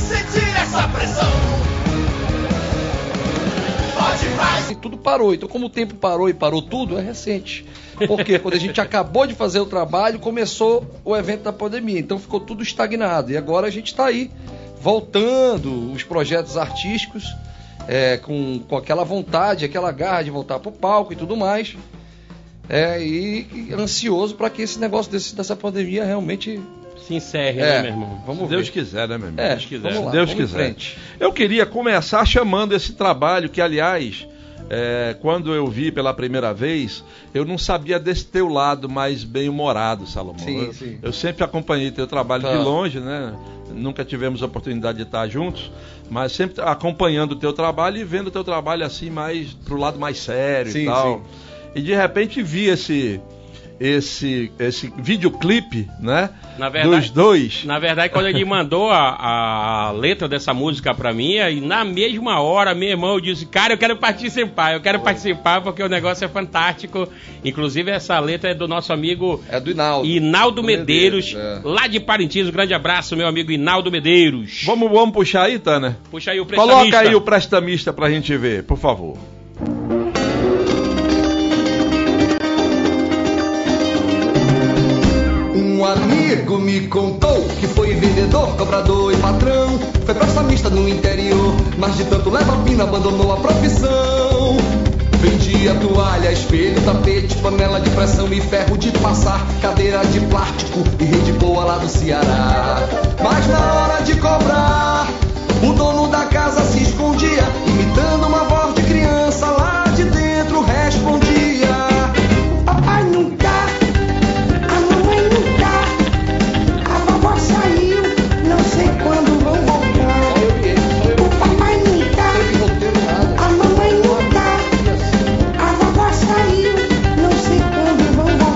sentir essa pressão. Pode mais. E tudo parou. Então, como o tempo parou e parou tudo, é recente. Porque quando a gente acabou de fazer o trabalho, começou o evento da pandemia. Então ficou tudo estagnado. E agora a gente está aí, voltando os projetos artísticos, com aquela vontade, aquela garra de voltar para o palco e tudo mais. E ansioso para que esse negócio dessa pandemia realmente se encerre, né, meu irmão? Vamos Deus ver. quiser, né, meu irmão? Deus quiser. Vamos lá, Deus vamos quiser. Eu queria começar chamando esse trabalho que, aliás, quando eu vi pela primeira vez, eu não sabia desse teu lado mais bem-humorado, Salomão. Sim. Eu sempre acompanhei teu trabalho de longe, né? Nunca tivemos a oportunidade de estar juntos, mas sempre acompanhando o teu trabalho e vendo o teu trabalho assim mais pro lado mais sério e tal. Sim. E de repente vi esse videoclipe, né? Na verdade, dos dois. Na verdade, quando ele mandou a letra dessa música pra mim, e na mesma hora, meu irmão disse, cara, eu quero participar porque o negócio é fantástico. Inclusive, essa letra é do nosso amigo... É do Hinaldo Medeiros, lá de Parintins. Um grande abraço, meu amigo Hinaldo Medeiros. Vamos puxar aí, Tânia? Puxa aí o prestamista. Coloca aí o prestamista pra gente ver, por favor. Um amigo me contou que foi vendedor, cobrador e patrão. Foi prestamista no interior, mas de tanto leva-pina abandonou a profissão. Vendia toalha, espelho, tapete, panela de pressão e ferro de passar, cadeira de plástico e rede boa lá do Ceará. Mas na hora de cobrar, o dono da casa se escondia, imitando uma voz de criança lá de dentro respondia: papai não tá, a mamãe não tá, a vovó saiu, não sei quando vão voltar. O papai não tá, a mamãe não tá, a vovó saiu, não sei quando vão voltar.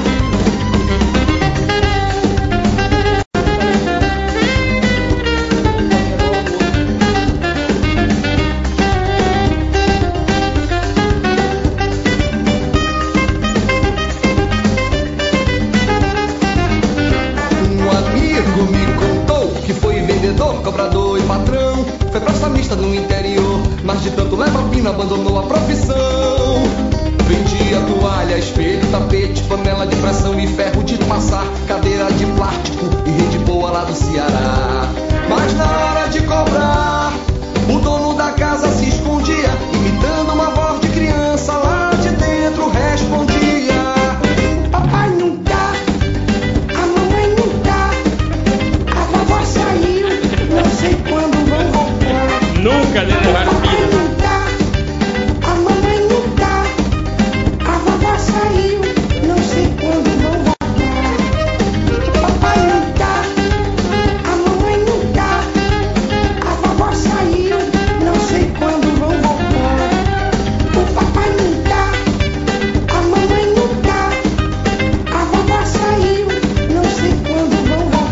Cobrador e patrão, foi prestamista no interior, mas de tanto leva-pina abandonou a profissão. Vendia toalha, espelho, tapete, panela de pressão e ferro de passar, cadeira de plástico e rede boa lá do Ceará. Mas na hora de cobrar, o dono da casa se escondia, imitando uma voz de criança lá de dentro respondia: papai não tá, a mamãe não tá, a vovó saiu, não sei quando vão voltar. Nunca, né? O papai não tá, a mamãe não tá, a vovó saiu, não sei quando vão voltar. O papai não tá, a mamãe não tá, a vovó saiu, não sei quando vão voltar. O papai não tá, a mamãe não tá, a vovó saiu, não sei quando vão voltar.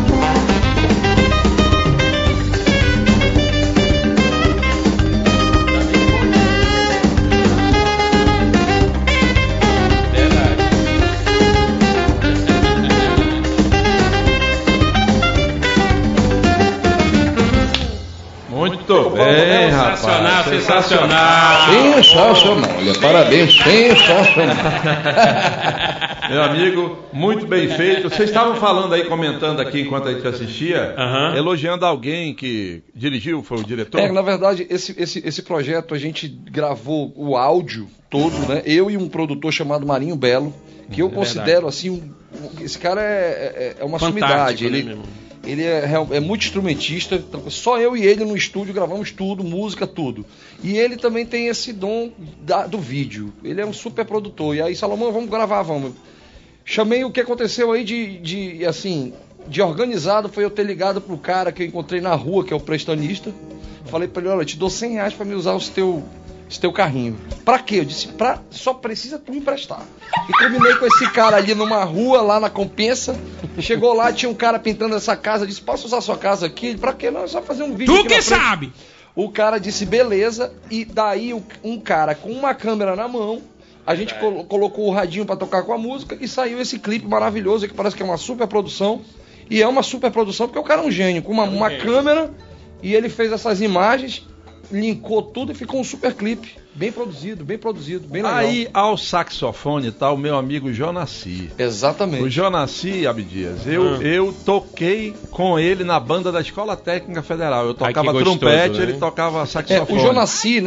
Muito bem, rapaz. Sensacional. Sensacional. Olha, parabéns, sensacional. Meu amigo, muito bem feito. Vocês estavam falando aí, comentando aqui enquanto a gente assistia, elogiando alguém que dirigiu, foi o diretor? Na verdade, esse projeto a gente gravou o áudio todo, né? Eu e um produtor chamado Marinho Belo, que eu considero assim, esse cara é uma sumidade. Ele é muito instrumentista, só eu e ele no estúdio gravamos tudo, música, tudo. E ele também tem esse dom do vídeo, ele é um super produtor. E aí, Salomão, vamos gravar, vamos. Chamei o que aconteceu aí de organizado, foi eu ter ligado pro cara que eu encontrei na rua, que é o prestanista. Falei pra ele: olha, eu te dou R$100 pra me usar esse teu carrinho. Pra quê? Eu disse: só precisa tu me emprestar. E terminei com esse cara ali numa rua, lá na Compensa. Chegou lá, tinha um cara pintando essa casa. Eu disse: posso usar sua casa aqui? Pra quê? Não, é só fazer um vídeo. Tu que sabe! O cara disse: beleza. E daí um cara com uma câmera na mão, a gente colocou o radinho pra tocar com a música e saiu esse clipe maravilhoso, que parece que é uma super produção. E é uma super produção porque o cara é um gênio, com uma câmera e ele fez essas imagens, linkou tudo e ficou um super clipe. Bem produzido, bem legal. Aí, ao saxofone, tá o meu amigo Jonaci. Exatamente. O Jonaci, Abdias, eu toquei com ele na banda da Escola Técnica Federal. Eu tocava trompete, né? Ele tocava saxofone. O Jonaci,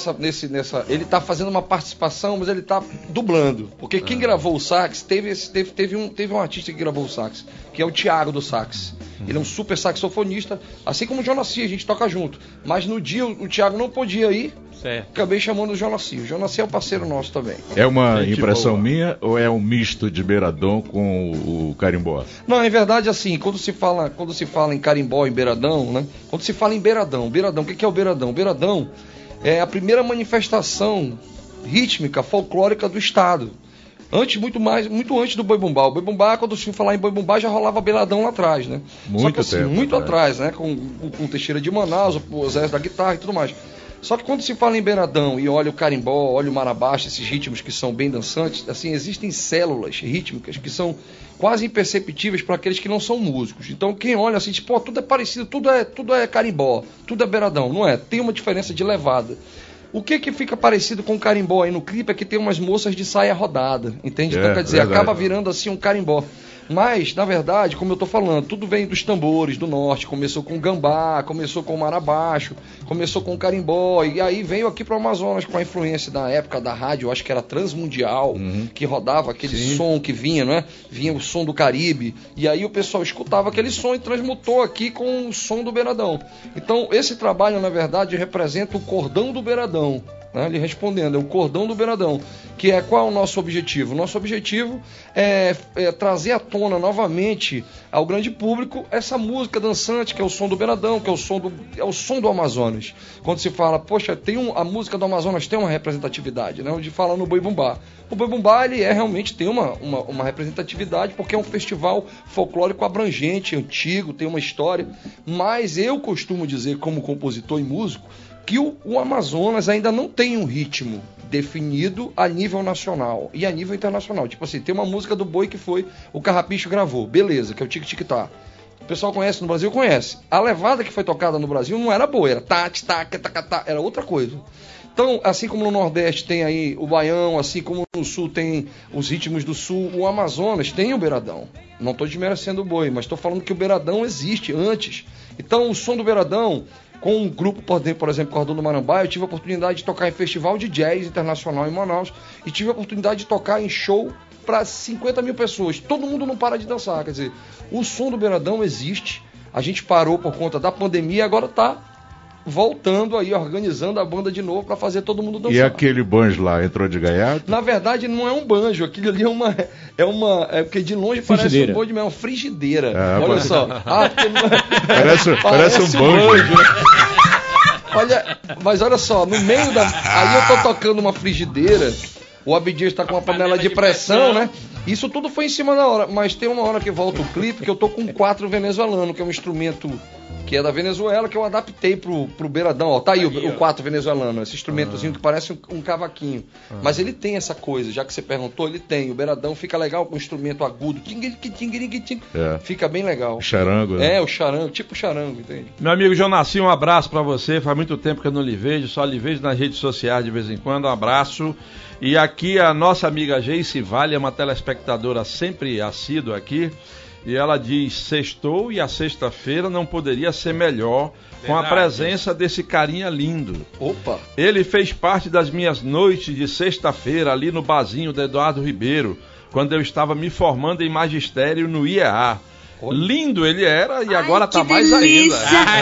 ele tá fazendo uma participação, mas ele tá dublando. Porque quem gravou o sax, teve um artista que gravou o sax, que é o Thiago do sax. Ele é um super saxofonista, assim como o Jonaci, a gente toca junto. Mas no dia o Thiago não podia ir, acabei chamando o Jonaci. O Jonaci é um parceiro nosso também. É uma impressão minha ou é um misto de Beiradão com o carimbó? Não, é verdade, assim, quando se fala em carimbó, em Beiradão, né? Quando se fala em Beiradão, o que é o Beiradão? O Beiradão é a primeira manifestação rítmica, folclórica do estado. Muito antes do Boi Bumbá. O Boi Bumbá, quando se falar em Boi Bumbá, já rolava Beiradão lá atrás, né? Muito atrás, né? Com Teixeira de Manaus, o Zé da guitarra e tudo mais. Só que quando se fala em Beiradão e olha o carimbó, olha o marabaixo, esses ritmos que são bem dançantes, assim, existem células rítmicas que são quase imperceptíveis para aqueles que não são músicos. Então quem olha assim, tipo, tudo é parecido, tudo é carimbó, tudo é Beiradão, não é? Tem uma diferença de levada. O que fica parecido com o carimbó aí no clipe é que tem umas moças de saia rodada, entende? Então, quer dizer, acaba virando assim um carimbó. Mas, na verdade, como eu tô falando, tudo vem dos tambores do norte. Começou com o gambá, começou com o marabaixo, começou com o carimbó, e aí veio aqui pro Amazonas com a influência da época da rádio, acho que era Transmundial, que rodava aquele som que vinha, né? Vinha o som do Caribe, e aí o pessoal escutava aquele som e transmutou aqui com o som do Beiradão. Então, esse trabalho, na verdade, representa o cordão do Beiradão. Ele respondendo, é o cordão do Beiradão, que é qual é o nosso objetivo? Nosso objetivo é trazer à tona novamente ao grande público essa música dançante, que é o som do Beiradão, que é o som do Amazonas. Quando se fala, poxa, a música do Amazonas tem uma representatividade, né? Onde fala no Boi Bumbá. O Boi Bumbá, ele realmente tem uma representatividade, porque é um festival folclórico abrangente, antigo, tem uma história, mas eu costumo dizer, como compositor e músico, que o Amazonas ainda não tem um ritmo definido a nível nacional e a nível internacional. Tipo assim, tem uma música do Boi que foi o Carrapicho gravou, beleza, que é o Tic Tic Tá. O pessoal conhece no Brasil? Conhece. A levada que foi tocada no Brasil não era Boi, era tati, taca, taca, tá, era outra coisa. Então, assim como no Nordeste tem aí o Baião, assim como no Sul tem os ritmos do Sul, o Amazonas tem o Beiradão. Não estou desmerecendo o Boi, mas estou falando que o Beiradão existe antes. Então, o som do Beiradão, com um grupo, por exemplo, Cordão do Marambaia, eu tive a oportunidade de tocar em festival de jazz internacional em Manaus e tive a oportunidade de tocar em show para 50 mil pessoas. Todo mundo não para de dançar, quer dizer, o som do Beiradão existe. A gente parou por conta da pandemia e agora está voltando aí, organizando a banda de novo para fazer todo mundo dançar. E aquele banjo lá, entrou de gaiato? Na verdade, não é um banjo, aquilo ali é porque de longe parece um banjo, mas é uma frigideira. Olha só. Parece um banjo. Olha, mas olha só, no meio aí eu tô tocando uma frigideira, o Abdias está com uma panela de pressão, né? Isso tudo foi em cima da hora, mas tem uma hora que volta o clipe que eu tô com 4 venezuelano, que é um instrumento que é da Venezuela, que eu adaptei pro Beiradão. Ó, tá aí o 4 venezuelano, esse instrumentozinho que parece um cavaquinho. Mas ele tem essa coisa, já que você perguntou, ele tem. O Beiradão fica legal com o instrumento agudo. Fica bem legal. O charango, né? O charango, tipo charango, entende? Meu amigo Jonaci, um abraço pra você. Faz muito tempo que eu não lhe vejo, só lhe vejo nas redes sociais de vez em quando. Um abraço. E aqui a nossa amiga Geice Vale, é uma telespectadora sempre assídua aqui. E ela diz, sextou e a sexta-feira não poderia ser melhor com a presença desse carinha lindo. Opa! Ele fez parte das minhas noites de sexta-feira ali no barzinho do Eduardo Ribeiro, quando eu estava me formando em magistério no IEA. Lindo ele era e agora tá mais delícia.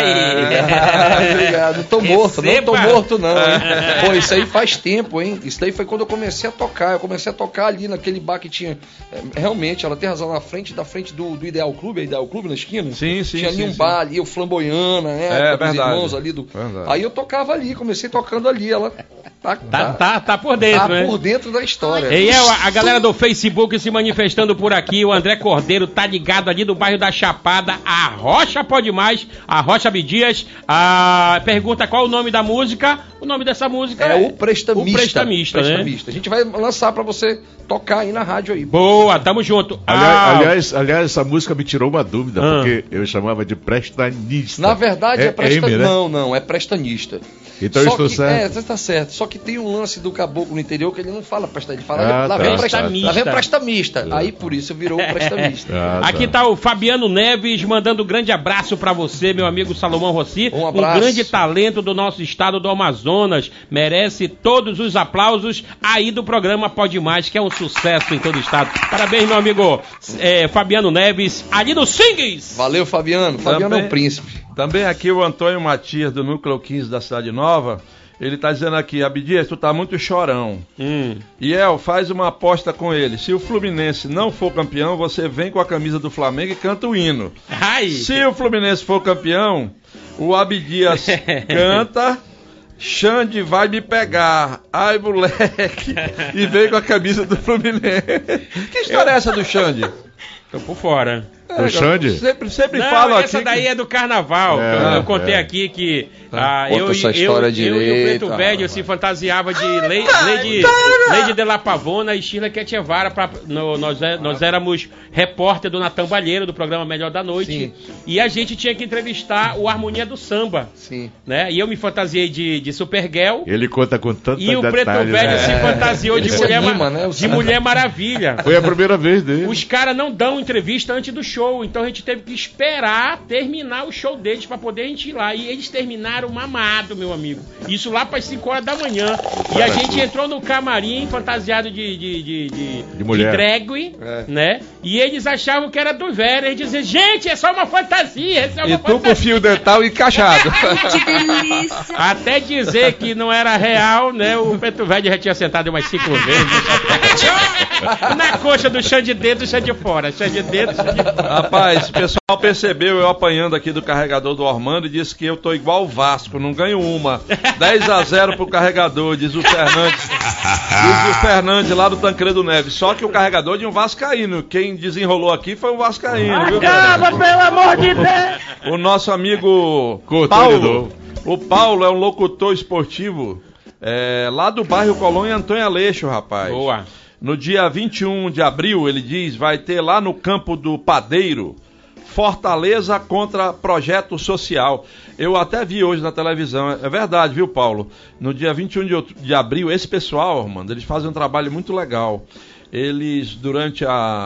ainda. Obrigado. Não tô morto não. Pô, isso aí faz tempo, hein? Isso daí foi quando eu comecei a tocar. Eu comecei a tocar ali naquele bar que tinha. Realmente, ela tem razão, na frente do Ideal Clube, na esquina. Sim. Tinha ali um bar ali, o Flamboyana, né? Verdade. Irmãos ali do. Aí eu tocava ali, comecei tocando ali. Ela Tá por dentro, né? Tá por dentro da história. E a galera do Facebook se manifestando por aqui. O André Cordeiro tá ligado ali no bairro da Chapada. A Rocha Pode Mais, a Rocha Abdias. Pergunta qual o nome da música. O nome dessa música é O Prestamista. O Prestamista, né? A gente vai lançar pra você tocar aí na rádio aí. Boa, tamo junto. Aliás, essa música me tirou uma dúvida, porque eu chamava de prestanista. Na verdade é prestanista. Né? Não, é prestanista. Então eu estou certo. Você tá certo. Só que tem um lance do caboclo no interior que ele não fala prestanista, ele fala lá vem prestamista. Aí por isso virou prestamista. Aqui tá o Fabiano Neves mandando um grande abraço pra você, meu amigo Salomão Rossi. Um abraço. Um grande talento do nosso estado do Amazonas. Merece todos os aplausos aí do programa Pode Mais, que é um sucesso em todo o estado. Parabéns, meu amigo Fabiano Neves, ali no Singues. Valeu, Fabiano. Fabiano é o príncipe. Também aqui o Antônio Matias, do Núcleo 15 da Cidade Nova, ele tá dizendo aqui: Abdias, tu tá muito chorão. E faz uma aposta com ele. Se o Fluminense não for campeão, você vem com a camisa do Flamengo e canta o hino. Se o Fluminense for campeão, o Abdias canta... Xande vai me pegar, ai moleque, e vem com a camisa do Fluminense. Que história é essa do Xande? Tô por fora. O Xande? Sempre não, falo aqui. Essa daí é do carnaval. Eu contei aqui que eu e o Preto Velho se fantasiava de Lady de La Pavona e Sheila Quetievara. Nós éramos repórter do Natan Balheiro, do programa Melhor da Noite. Sim. E a gente tinha que entrevistar o Harmonia do Samba. Sim. Né? E eu me fantasiei de Supergirl. Ele conta com tanto detalhe. E o Preto Velho se fantasiou de Mulher Maravilha. Foi a primeira vez dele. Os caras não dão entrevista antes do show. Então a gente teve que esperar terminar o show deles pra poder a gente ir lá. E eles terminaram mamado, meu amigo. Isso lá para 5 horas da manhã. E a gente entrou no camarim fantasiado de mulher. De drag, né? E eles achavam que era do velho. Eles diziam, gente, é só uma fantasia. E tu com fio dental encaixado. Que delícia. Até dizer que não era real, né? O Preto Velho já tinha sentado umas 5 vezes. Na coxa do chão de dentro, chão de fora. Chão de dentro, chão de fora. Rapaz, o pessoal percebeu eu apanhando aqui do carregador do Ormando e disse que eu tô igual o Vasco, não ganho uma. 10-0 pro carregador, diz o Fernandes. Diz o Fernandes lá do Tancredo Neves. Só que o carregador de um vascaíno. Quem desenrolou aqui foi um vascaíno. Acaba, pelo amor de Deus! O nosso amigo Paulo. O Paulo é um locutor esportivo lá do bairro Colônia Antônio Aleixo, rapaz. Boa. No dia 21 de abril, ele diz, vai ter lá no campo do Padeiro, Fortaleza contra Projeto Social. Eu até vi hoje na televisão, é verdade, viu, Paulo? No dia 21 de abril, esse pessoal, mano, eles fazem um trabalho muito legal. Eles, durante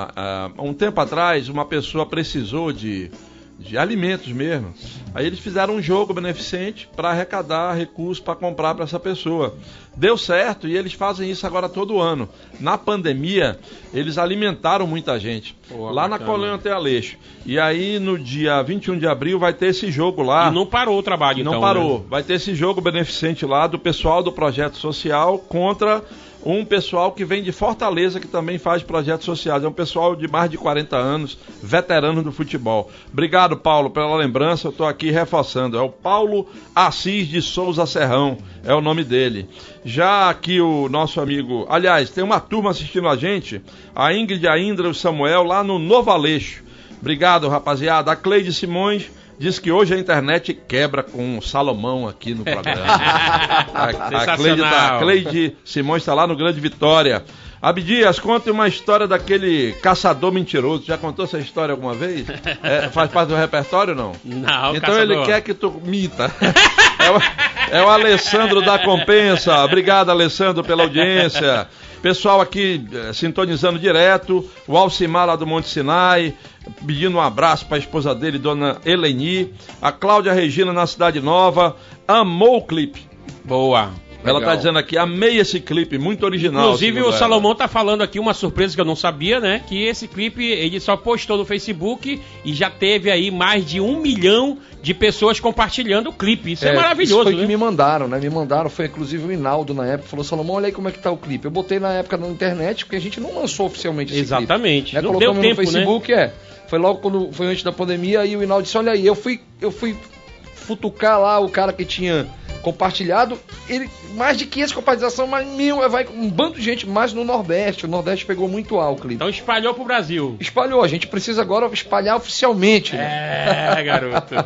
um tempo atrás, uma pessoa precisou de alimentos mesmo. Aí eles fizeram um jogo beneficente para arrecadar recursos para comprar para essa pessoa. Deu certo e eles fazem isso agora todo ano. Na pandemia, eles alimentaram muita gente. Lá na Colônia Antônio Aleixo. E aí no dia 21 de abril vai ter esse jogo lá. E não parou o trabalho, então. Não parou. Né? Vai ter esse jogo beneficente lá do pessoal do Projeto Social contra um pessoal que vem de Fortaleza, que também faz projetos sociais. É um pessoal de mais de 40 anos, veteranos do futebol. Obrigado, Paulo, pela lembrança. Eu estou aqui reforçando. É o Paulo Assis de Souza Serrão, é o nome dele. Já aqui o nosso amigo... Aliás, tem uma turma assistindo a gente, a Ingrid, a Indra e o Samuel, lá no Novo Aleixo. Obrigado, rapaziada. A Cleide Simões diz que hoje a internet quebra com o Salomão aqui no programa. A Cleide Simões está lá no Grande Vitória. Abdias, conte uma história daquele caçador mentiroso. Já contou essa história alguma vez? Faz parte do repertório ou não? Não, então caçador. Ele quer que tu minta. É o Alessandro da Compensa. Obrigado, Alessandro, pela audiência. Pessoal aqui sintonizando direto. O Alcimar lá do Monte Sinai, pedindo um abraço para a esposa dele, dona Eleni. A Cláudia Regina na Cidade Nova. Amou o clipe. Boa. Ela tá dizendo aqui, amei esse clipe, muito original. Inclusive o Salomão tá falando aqui uma surpresa que eu não sabia, né? Que esse clipe ele só postou no Facebook e já teve aí mais de 1 milhão de pessoas compartilhando o clipe. Isso é maravilhoso, isso foi né? que me mandaram, né? Me mandaram, foi inclusive o Hinaldo na época, falou, Salomão, olha aí como é que tá o clipe. Eu botei na época na internet, porque a gente não lançou oficialmente esse clipe. Exatamente. Né? Não deu tempo, no Facebook, né? Foi logo quando foi antes da pandemia, e o Hinaldo disse, olha aí, eu fui futucar lá o cara que tinha compartilhado, mais de 500 compartilhações, mas vai um bando de gente mais no Nordeste. O Nordeste pegou muito álcool. Então espalhou pro Brasil. Espalhou, a gente precisa agora espalhar oficialmente. Né? Garoto.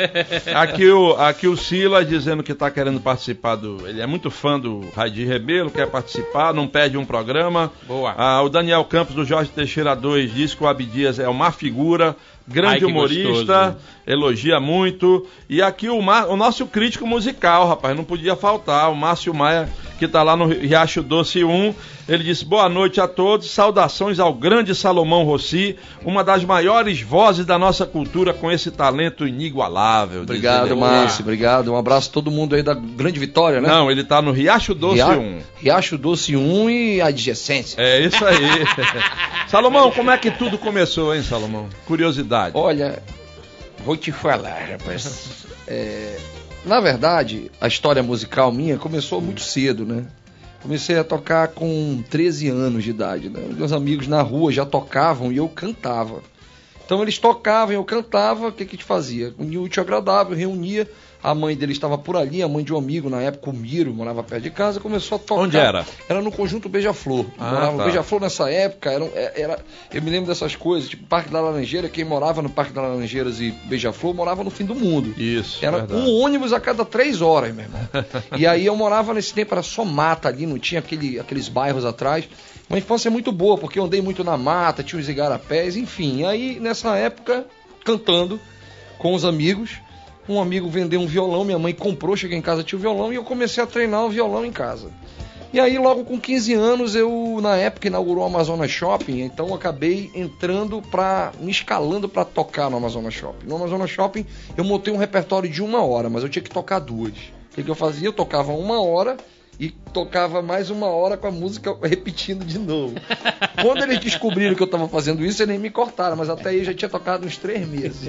Aqui o Silas dizendo que tá querendo participar ele é muito fã do Raidi Rebelo, quer participar, não perde um programa. Boa. O Daniel Campos do Jorge Teixeira 2 diz que o Abdias é uma figura, grande humorista, elogia muito. E aqui o nosso crítico musical, rapaz, não podia faltar, o Márcio Maia, que tá lá no Riacho Doce 1, ele disse: boa noite a todos, saudações ao grande Salomão Rossi, uma das maiores vozes da nossa cultura com esse talento inigualável. Obrigado, Márcio, obrigado, um abraço a todo mundo aí da Grande Vitória, né? Não, ele tá no Riacho Doce 1. Riacho Doce 1 e adjacência. É isso aí. Salomão, como é que tudo começou, hein, Salomão? Curiosidade. Olha, vou te falar, rapaz. Na verdade, a história musical minha começou muito cedo, né? Comecei a tocar com 13 anos de idade, né? Meus amigos na rua já tocavam e eu cantava. Então eles tocavam e eu cantava, o que a gente fazia? Unir o útil agradável, reunia. A mãe dele estava por ali, a mãe de um amigo, na época o Miro, morava perto de casa, começou a tocar. Onde era? Era no Conjunto Beija-Flor. Morava no Beija-Flor nessa época, eu me lembro dessas coisas, tipo Parque da Laranjeira, quem morava no Parque das Laranjeiras e Beija-Flor morava no fim do mundo. Isso, era verdade. Um ônibus a cada 3 horas, meu irmão. E aí eu morava nesse tempo, era só mata ali, não tinha aqueles bairros atrás. Uma infância muito boa, porque eu andei muito na mata, tinha os igarapés, enfim. E aí, nessa época, cantando com os amigos, um amigo vendeu um violão, minha mãe comprou, cheguei em casa, tinha o violão, e eu comecei a treinar o violão em casa. E aí, logo com 15 anos, eu, na época, inaugurou o Amazonas Shopping, então eu acabei me escalando para tocar no Amazonas Shopping. No Amazonas Shopping, eu montei um repertório de 1 hora, mas eu tinha que tocar 2. O que eu fazia? Eu tocava 1 hora e tocava mais 1 hora com a música repetindo de novo. Quando eles descobriram que eu estava fazendo isso, eles nem me cortaram, mas até aí eu já tinha tocado uns 3 meses.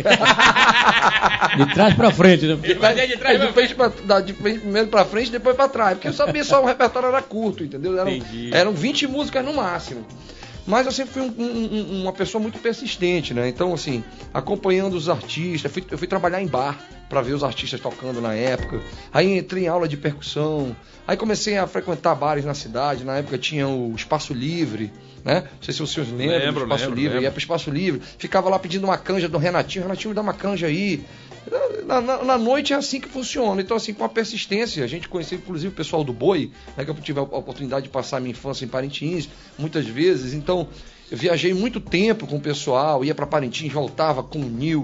De trás pra frente, né? Primeiro pra frente, depois pra trás, porque eu sabia só o repertório era curto, entendeu? Eram 20 músicas no máximo. Mas eu sempre fui uma pessoa muito persistente, né? Então, assim, acompanhando os artistas, eu fui trabalhar em bar para ver os artistas tocando na época. Aí entrei em aula de percussão. Aí comecei a frequentar bares na cidade. Na época tinha o Espaço Livre, né? Não sei se os senhores lembram do Espaço Livre. Lembro. Ia pro Espaço Livre, ficava lá pedindo uma canja do Renatinho. Renatinho, me dá uma canja aí. Na noite é assim que funciona. Então, assim, com a persistência, a gente conheceu inclusive o pessoal do Boi, né, que eu tive a oportunidade de passar a minha infância em Parintins muitas vezes. Então, eu viajei muito tempo com o pessoal, ia para Parintins, voltava com o Nil,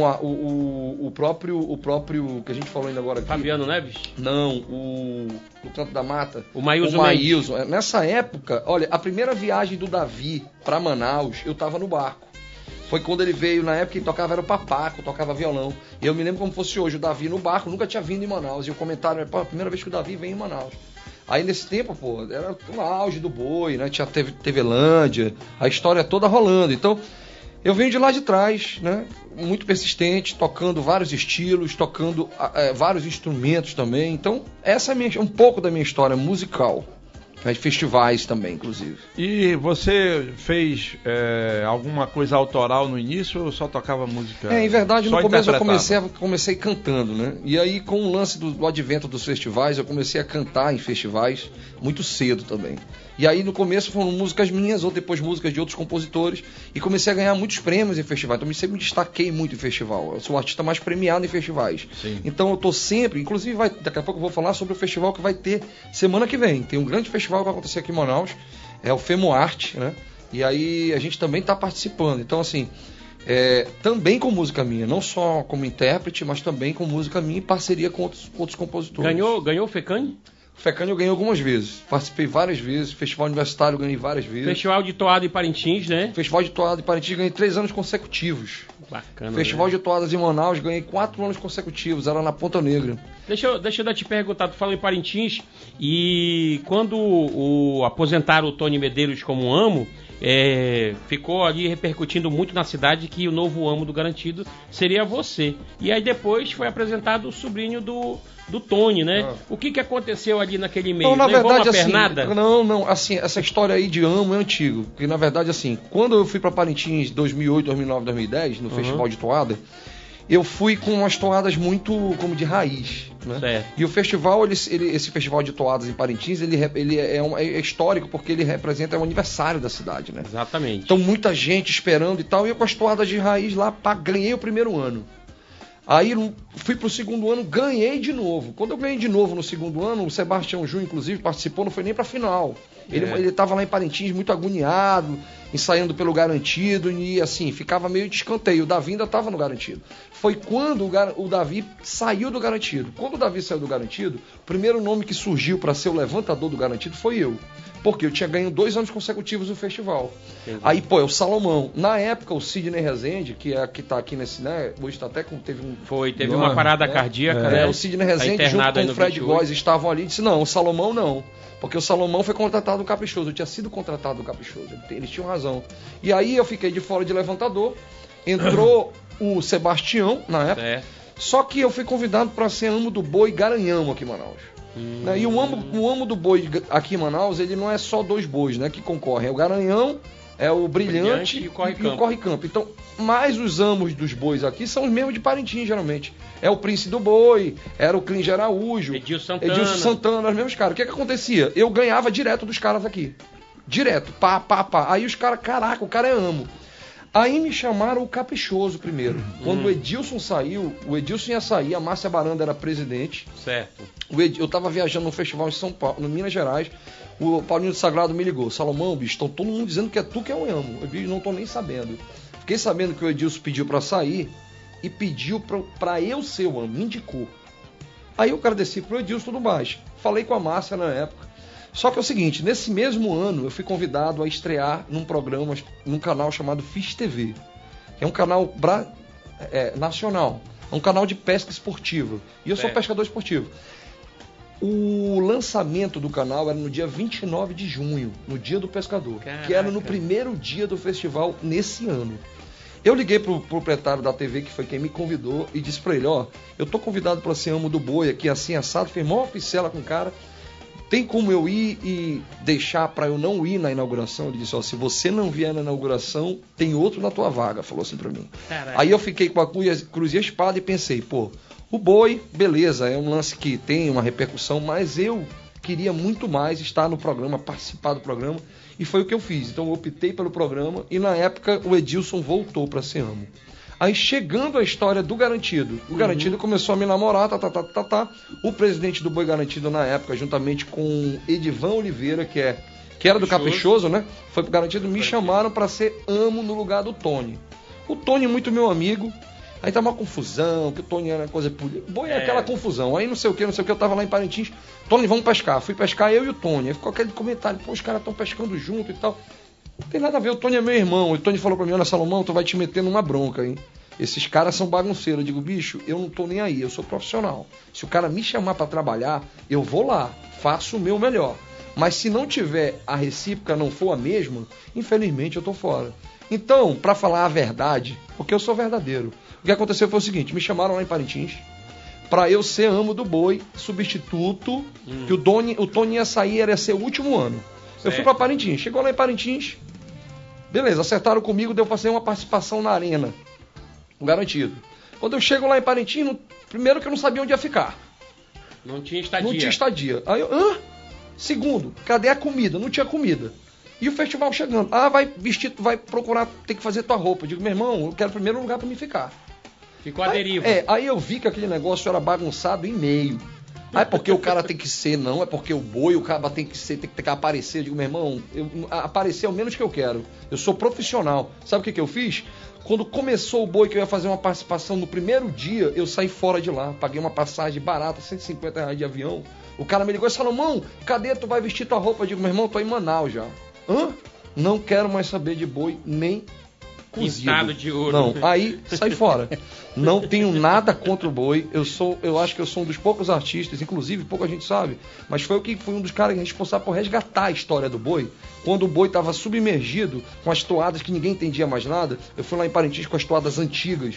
o próprio que a gente falou ainda agora aqui. Fabiano Neves? Não, o Canto da Mata. O Maílson. Nessa época, olha, a primeira viagem do Davi para Manaus, eu estava no barco. Foi quando ele veio, na época que tocava era o Papaco, tocava violão. E eu me lembro como fosse hoje, o Davi no barco, nunca tinha vindo em Manaus. E o comentário era a primeira vez que o Davi vem em Manaus. Aí nesse tempo, pô, era o auge do Boi, né? Teve Tevelândia, a história toda rolando. Então, eu venho de lá de trás, né? Muito persistente, tocando vários estilos, tocando vários instrumentos também. Então, essa é um pouco da minha história musical. Festivais também, inclusive. E você fez alguma coisa autoral no início ou só tocava música? Em verdade, no começo eu comecei cantando, né? E aí, com o lance do advento dos festivais, eu comecei a cantar em festivais muito cedo também. E aí, no começo, foram músicas minhas, ou depois músicas de outros compositores, e comecei a ganhar muitos prêmios em festivais. Então, eu sempre me destaquei muito em festival. Eu sou o artista mais premiado em festivais. Sim. Então, eu tô sempre, inclusive, daqui a pouco eu vou falar sobre o festival que vai ter semana que vem. Tem um grande festival que vai acontecer aqui em Manaus, é o Femoarte, né? E aí, a gente também está participando. Então, assim, também com música minha, não só como intérprete, mas também com música minha em parceria com outros compositores. Ganhou o FECANI? FECANI eu ganhei algumas vezes, participei várias vezes, Festival Universitário eu ganhei várias vezes. Festival de Toada em Parintins, né? Festival de Toada em Parintins ganhei 3 anos consecutivos. Bacana. Festival de Toadas em Manaus ganhei 4 anos consecutivos, era na Ponta Negra. Deixa eu te perguntar, tu falou em Parintins, e quando aposentaram o Tony Medeiros como amo, ficou ali repercutindo muito na cidade que o novo amo do Garantido seria você. E aí depois foi apresentado o sobrinho do Tony, né? O que aconteceu ali naquele meio? Não, na Levou verdade, uma pernada? Não, assim, essa história aí de amo é antigo. Porque, na verdade, assim, quando eu fui para Parintins 2008, 2009, 2010, no Festival de Toada, eu fui com umas toadas muito como de raiz, né? Certo. E o festival, esse festival de toadas em Parintins, ele é histórico porque ele representa o aniversário da cidade, né? Exatamente. Então muita gente esperando e tal, e eu com as toadas de raiz lá, ganhei o primeiro ano. Aí fui pro segundo ano, ganhei de novo. Quando eu ganhei de novo no segundo ano, o Sebastião Júnior, inclusive, participou, não foi nem pra final. Ele tava lá em Parintins muito agoniado, ensaiando pelo Garantido, e assim, ficava meio de escanteio. O Davi ainda tava no Garantido. Foi quando o Davi saiu do Garantido. Quando o Davi saiu do Garantido, o primeiro nome que surgiu para ser o levantador do Garantido foi eu. Porque eu tinha ganho 2 anos consecutivos no festival. Entendi. Aí, é o Salomão. Na época, o Sidney Rezende, que tá aqui nesse, né? Hoje tá até teve uma parada cardíaca, né? O Sidney Rezende, junto com o Fred Góes, estavam ali e disse, não, o Salomão não. Porque o Salomão foi contratado do Caprichoso. Eu tinha sido contratado do Caprichoso. Eles tinham razão. E aí eu fiquei de fora de levantador. Entrou o Sebastião, na época. É. Só que eu fui convidado para ser amo do boi Garanhão aqui em Manaus. E o amo do boi aqui em Manaus, ele não é só 2 bois, né, que concorrem. É o Garanhão, é o Brilhante e o Corre-Campo. Então, mais os amos dos bois aqui são os mesmos de Parintins, geralmente. É o Príncipe do Boi, era o Clínio Araújo, Edilson Santana, os mesmos caras. O que acontecia? Eu ganhava direto dos caras aqui. Direto, pá. Aí os caras, caraca, o cara é amo. Aí me chamaram o Caprichoso primeiro. Quando o Edilson saiu, o Edilson ia sair, a Márcia Baranda era presidente. Certo. Eu tava viajando num festival em São Paulo, no Minas Gerais. O Paulinho do Sagrado me ligou. Salomão, bicho, estão todo mundo dizendo que é tu que é o amo. Eu não tô nem sabendo. Fiquei sabendo que o Edilson pediu pra sair e pediu pra eu ser o amo, me indicou. Aí eu agradeci pro Edilson e tudo mais. Falei com a Márcia na época. Só que é o seguinte, nesse mesmo ano eu fui convidado a estrear num programa, num canal chamado Fish TV, que é um canal nacional, é um canal de pesca esportiva, e eu sou pescador esportivo. O lançamento do canal era no dia 29 de junho, no dia do pescador, que era no primeiro dia do festival nesse ano. Eu liguei pro proprietário da TV, que foi quem me convidou, e disse pra ele, eu tô convidado para ser amo do boi aqui, assim, assado, fez maior piscela com o cara. Tem como eu ir e deixar para eu não ir na inauguração? Ele disse, se você não vier na inauguração, tem outro na tua vaga, falou assim para mim. Caraca. Aí eu fiquei com a cruz e a espada e pensei, o boi, beleza, é um lance que tem uma repercussão, mas eu queria muito mais estar no programa, participar do programa, e foi o que eu fiz. Então eu optei pelo programa e na época o Edilson voltou para ser amo. Aí chegando a história do Garantido, o Garantido começou a me namorar, O presidente do Boi Garantido na época, juntamente com Edivan Oliveira, que era do Caprichoso, né? Foi pro Garantido, me chamaram para ser amo no lugar do Tony. O Tony é muito meu amigo, aí tá uma confusão, que o Tony era coisa política. Boi é aquela confusão, aí não sei o que, eu tava lá em Parintins, Tony, vamos pescar. Fui pescar eu e o Tony, aí ficou aquele comentário, os caras estão pescando junto e tal. Não tem nada a ver, o Tony é meu irmão. O Tony falou pra mim, olha, Salomão, tu vai te meter numa bronca, hein? Esses caras são bagunceiros. Eu digo, bicho, eu não tô nem aí, eu sou profissional. Se o cara me chamar pra trabalhar, eu vou lá, faço o meu melhor. Mas se não tiver a recíproca, não for a mesma, infelizmente eu tô fora. Então, pra falar a verdade, porque eu sou verdadeiro, o que aconteceu foi o seguinte, me chamaram lá em Parintins pra eu ser amo do boi, substituto, que o Tony ia sair, ia ser o último ano. Eu fui pra Parintins, chegou lá em Parintins, beleza, acertaram comigo, deu pra fazer uma participação na arena, o Garantido. Quando eu chego lá em Parintins, primeiro que eu não sabia onde ia ficar. Não tinha estadia. Aí eu, segundo, cadê a comida? Não tinha comida. E o festival chegando, vai vestir, tu vai procurar, tem que fazer tua roupa. Eu digo, meu irmão, eu quero primeiro lugar pra me ficar. Ficou a deriva. Aí eu vi que aquele negócio era bagunçado em meio. É porque o cara tem que ser, não, é porque o boi, o cara tem que aparecer. Eu digo, meu irmão, aparecer é o menos que eu quero. Eu sou profissional. Sabe o que eu fiz? Quando começou o boi, que eu ia fazer uma participação no primeiro dia, eu saí fora de lá. Paguei uma passagem barata, R$150 de avião. O cara me ligou, Salomão, cadê tu vai vestir tua roupa? Eu digo, meu irmão, tô em Manaus já. Não quero mais saber de boi, nem cozido. De ouro. Não, aí sai fora. Não tenho nada contra o boi. Eu acho que eu sou um dos poucos artistas, inclusive pouca gente sabe, mas fui um dos caras responsáveis por resgatar a história do boi. Quando o boi estava submergido, com as toadas que ninguém entendia mais nada, eu fui lá em Parintins com as toadas antigas.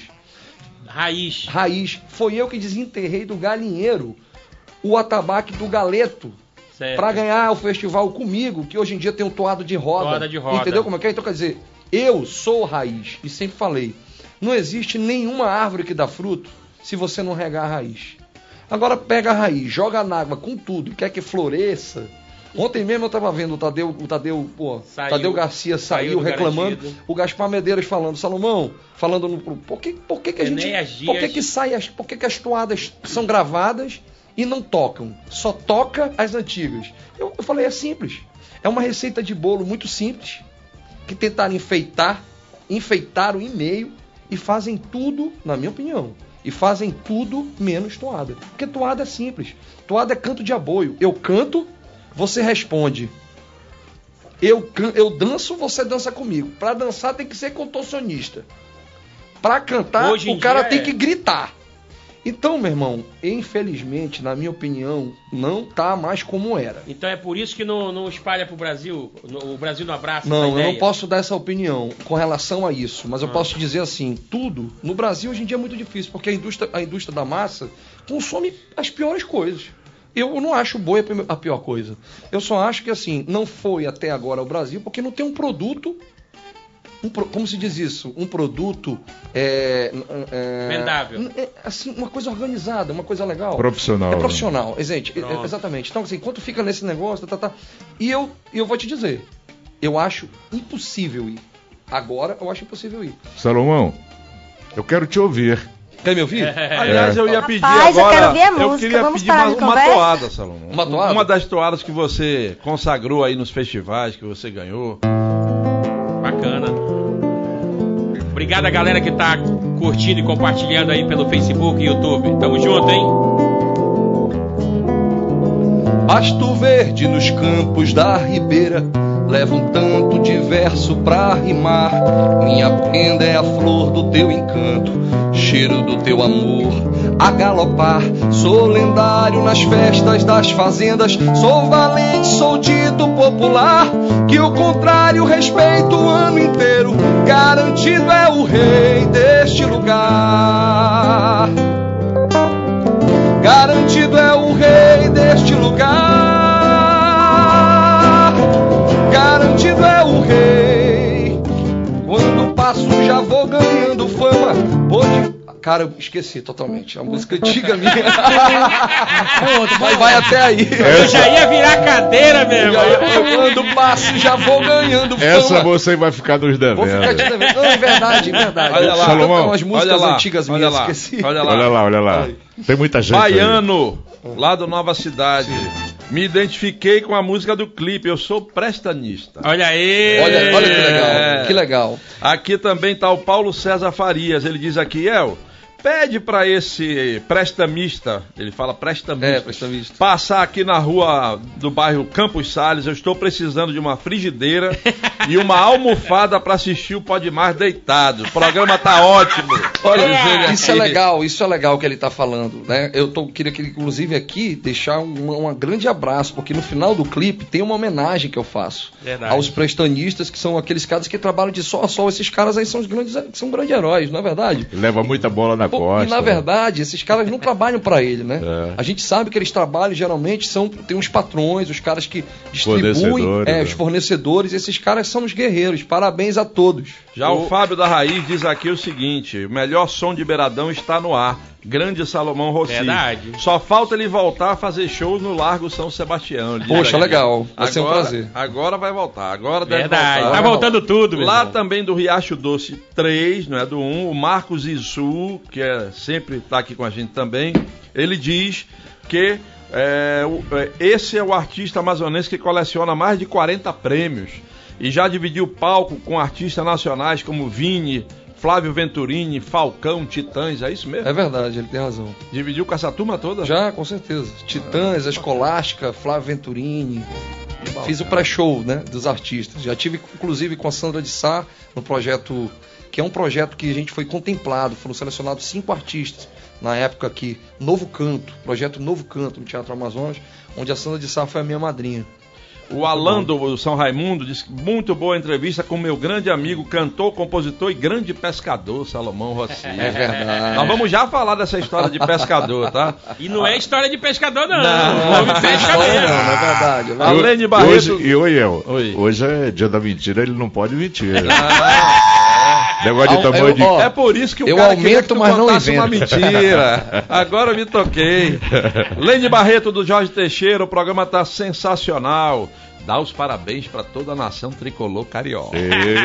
Raiz. Foi eu que desenterrei do galinheiro o atabaque do galeto. Para ganhar o festival comigo, que hoje em dia tem um toado de roda. Entendeu como é que é? Então quer dizer, eu sou raiz, e sempre falei. Não existe nenhuma árvore que dá fruto se você não regar a raiz. Agora pega a raiz, joga na água com tudo e quer que floresça. Ontem mesmo eu estava vendo o Tadeu Garcia saiu reclamando, garantido. O Gaspar Medeiros falando, Salomão, falando por que as toadas são gravadas e não tocam? Só toca as antigas. Eu falei, é simples. É uma receita de bolo muito simples, que tentaram enfeitaram o e-mail e fazem tudo, na minha opinião, e fazem tudo menos toada. Porque toada é simples. Toada é canto de aboio. Eu canto, você responde. Eu danço, você dança comigo. Para dançar tem que ser contorcionista. Para cantar, o cara tem que gritar. Então, meu irmão, infelizmente, na minha opinião, não tá mais como era. Então é por isso que não espalha pro Brasil? O Brasil não abraça essa ideia? Não, eu não posso dar essa opinião com relação a isso, mas eu posso dizer assim, tudo, no Brasil hoje em dia é muito difícil, porque a indústria da massa consome as piores coisas. Eu não acho boi a pior coisa. Eu só acho que, assim, não foi até agora ao Brasil, porque não tem um produto... como se diz isso? Um produto vendável. Assim, uma coisa organizada, uma coisa legal. Profissional. É profissional, exatamente. Então, assim, enquanto fica nesse negócio, e eu vou te dizer, eu acho impossível ir. Agora, eu acho impossível ir. Salomão, eu quero te ouvir. Quer me ouvir? Aliás, eu ia pedir Rapaz, agora. Eu quero ver a música. Queria Vamos pedir uma toada, Salomão. Uma toada? Uma das toadas que você consagrou aí nos festivais, que você ganhou. Bacana. Obrigado a galera que tá curtindo e compartilhando aí pelo Facebook e YouTube. Tamo junto, hein? Pasto verde nos campos da ribeira, leva um tanto de verso pra rimar. Minha prenda é a flor do teu encanto, cheiro do teu amor a galopar. Sou lendário nas festas das fazendas, sou valente, sou dito popular, que o contrário respeito o ano inteiro, garantido é o rei deste lugar. Garantido é o rei deste lugar. Garantido é o rei. Quando passo já vou ganhando fama. Cara, eu esqueci totalmente. A música antiga minha. Mas vai até aí. Eu já ia virar cadeira mesmo. Quando passo já vou ganhando fama. Essa você vai ficar nos devendo. Vou ficar te devendo. Não, é verdade. Olha lá. Salomão, umas músicas antigas minhas, esqueci. Olha lá. Tem muita gente. Baiano, lá do Nova Cidade. Me identifiquei com a música do clipe. Eu sou prestanista. Olha aí. Olha que legal. Que legal. Aqui também tá o Paulo César Farias. Ele diz aqui, pede pra esse prestamista, ele fala prestamista, passar aqui na rua do bairro Campos Sales. Eu estou precisando de uma frigideira e uma almofada pra assistir o Pode Mais deitado. O programa tá ótimo. Olha, isso é legal que ele tá falando, né? Queria inclusive aqui deixar um grande abraço, porque no final do clipe tem uma homenagem que eu faço aos prestanistas, que são aqueles caras que trabalham de sol a sol. Esses caras aí são grandes heróis, não é verdade? Leva muita bola na costa. E na verdade, esses caras não trabalham para ele, né? A gente sabe que eles trabalham, geralmente tem uns patrões, os caras que distribuem, os fornecedores. Esses caras são os guerreiros. Parabéns a todos. Já o Fábio da Raiz diz aqui o seguinte: o melhor som de Beiradão está no ar. Grande Salomão Rossi. Verdade. Só falta ele voltar a fazer shows no Largo São Sebastião. Poxa, legal. Vai ser um prazer. Agora vai voltar. Agora deve Verdade. voltar. Tá voltando tudo, meu Lá irmão. também do Riacho Doce 3, não é do 1, o Marcos Isu, que sempre está aqui com a gente também, ele diz que esse é o artista amazonense que coleciona mais de 40 prêmios e já dividiu palco com artistas nacionais como Vini, Flávio Venturini, Falcão, Titãs, é isso mesmo? É verdade, ele tem razão. Dividiu com essa turma toda? Já, com certeza. Titãs, a Escolástica, Flávio Venturini. Fiz o pré-show, né, dos artistas. Já tive, inclusive, com a Sandra de Sá, no projeto, que é um projeto que a gente foi contemplado. Foram selecionados 5 artistas, na época aqui, Novo Canto, projeto Novo Canto, no Teatro Amazonas, onde a Sandra de Sá foi a minha madrinha. O Alan do São Raimundo disse que muito boa entrevista com meu grande amigo, cantor, compositor e grande pescador, Salomão Rossi. É verdade. Nós vamos já falar dessa história de pescador, tá? E não é história de pescador, não. Não é verdade. Além de Barreto... Hoje é dia da mentira, ele não pode mentir. Negócio de tamanho de... É por isso que o cara queria que tu contasse uma mentira. Agora eu me toquei. Lene Barreto, do Jorge Teixeira, o programa tá sensacional. Dá os parabéns para toda a nação tricolor carioca.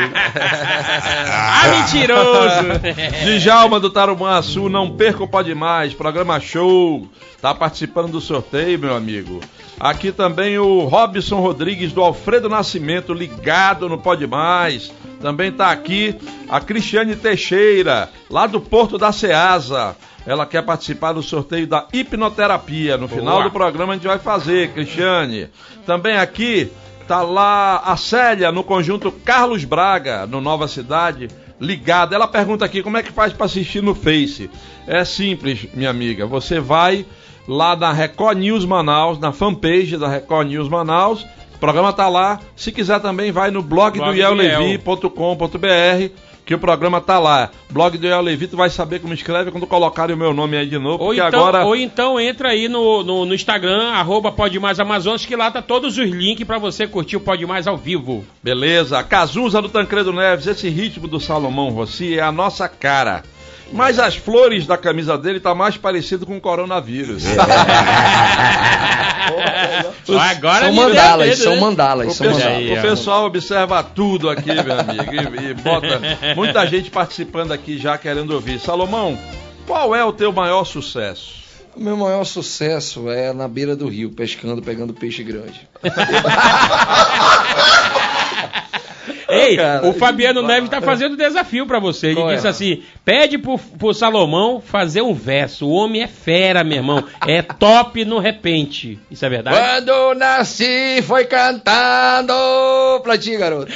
Mentiroso! Djalma do Tarumançu, não perca o Pode Mais, programa show. Tá participando do sorteio, meu amigo. Aqui também o Robson Rodrigues do Alfredo Nascimento, ligado no Pode Mais. Também tá aqui a Cristiane Teixeira, lá do Porto da Ceasa. Ela quer participar do sorteio da hipnoterapia. No final do programa a gente vai fazer, Cristiane. Também aqui tá lá a Célia, no conjunto Carlos Braga, no Nova Cidade, ligada. Ela pergunta aqui como é que faz para assistir no Face. É simples, minha amiga. Você vai lá na Record News Manaus, na fanpage da Record News Manaus. O programa tá lá. Se quiser também vai no blog do iellevi.com.br, que o programa tá lá. Blog do Iel Levi, tu vai saber como escreve quando colocarem o meu nome aí de novo. Ou então entra aí no Instagram, @PodeMaisAmazonas, que lá tá todos os links pra você curtir o Pode Mais ao vivo. Beleza. Cazuza do Tancredo Neves, esse ritmo do Salomão Rossi é a nossa cara. Mas as flores da camisa dele tá mais parecido com o coronavírus. Agora são mandalas. O pessoal observa tudo aqui, meu amigo, e bota muita gente participando aqui já querendo ouvir. Salomão, qual é o teu maior sucesso? O meu maior sucesso é na beira do rio, pescando, pegando peixe grande. Ei, o Fabiano Neves tá fazendo desafio pra você. Ele disse assim: pede pro Salomão fazer um verso. O homem é fera, meu irmão. É top no repente. Isso é verdade? Quando nasci foi cantando pra ti, garoto.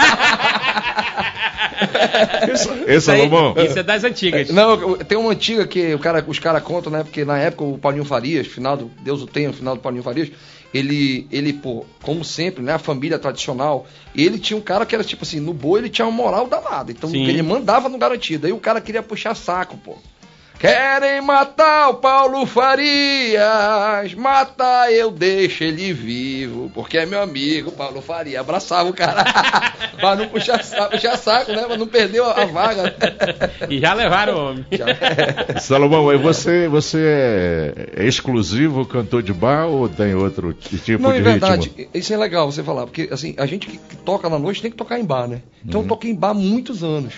Salomão. Isso é das antigas. Não, tem uma antiga que os caras contam, né? Porque na época o Paulinho Farias, Deus o tenha, final do Paulinho Farias, ele, pô, como sempre, né? A família tradicional, ele tinha um cara que era tipo assim, no boi ele tinha uma moral danada. Então ele mandava no garantido. Aí o cara queria puxar saco, pô. Querem matar o Paulo Farias, mata eu deixo ele vivo, porque é meu amigo Paulo Farias. Abraçava o cara pra não puxar saco, né? Pra não perder a vaga. E já levaram o homem. Salomão, você é exclusivo cantor de bar ou tem outro tipo não, de verdade, ritmo? Isso é legal você falar, porque assim, a gente que toca na noite tem que tocar em bar, né? Então eu toquei em bar há muitos anos.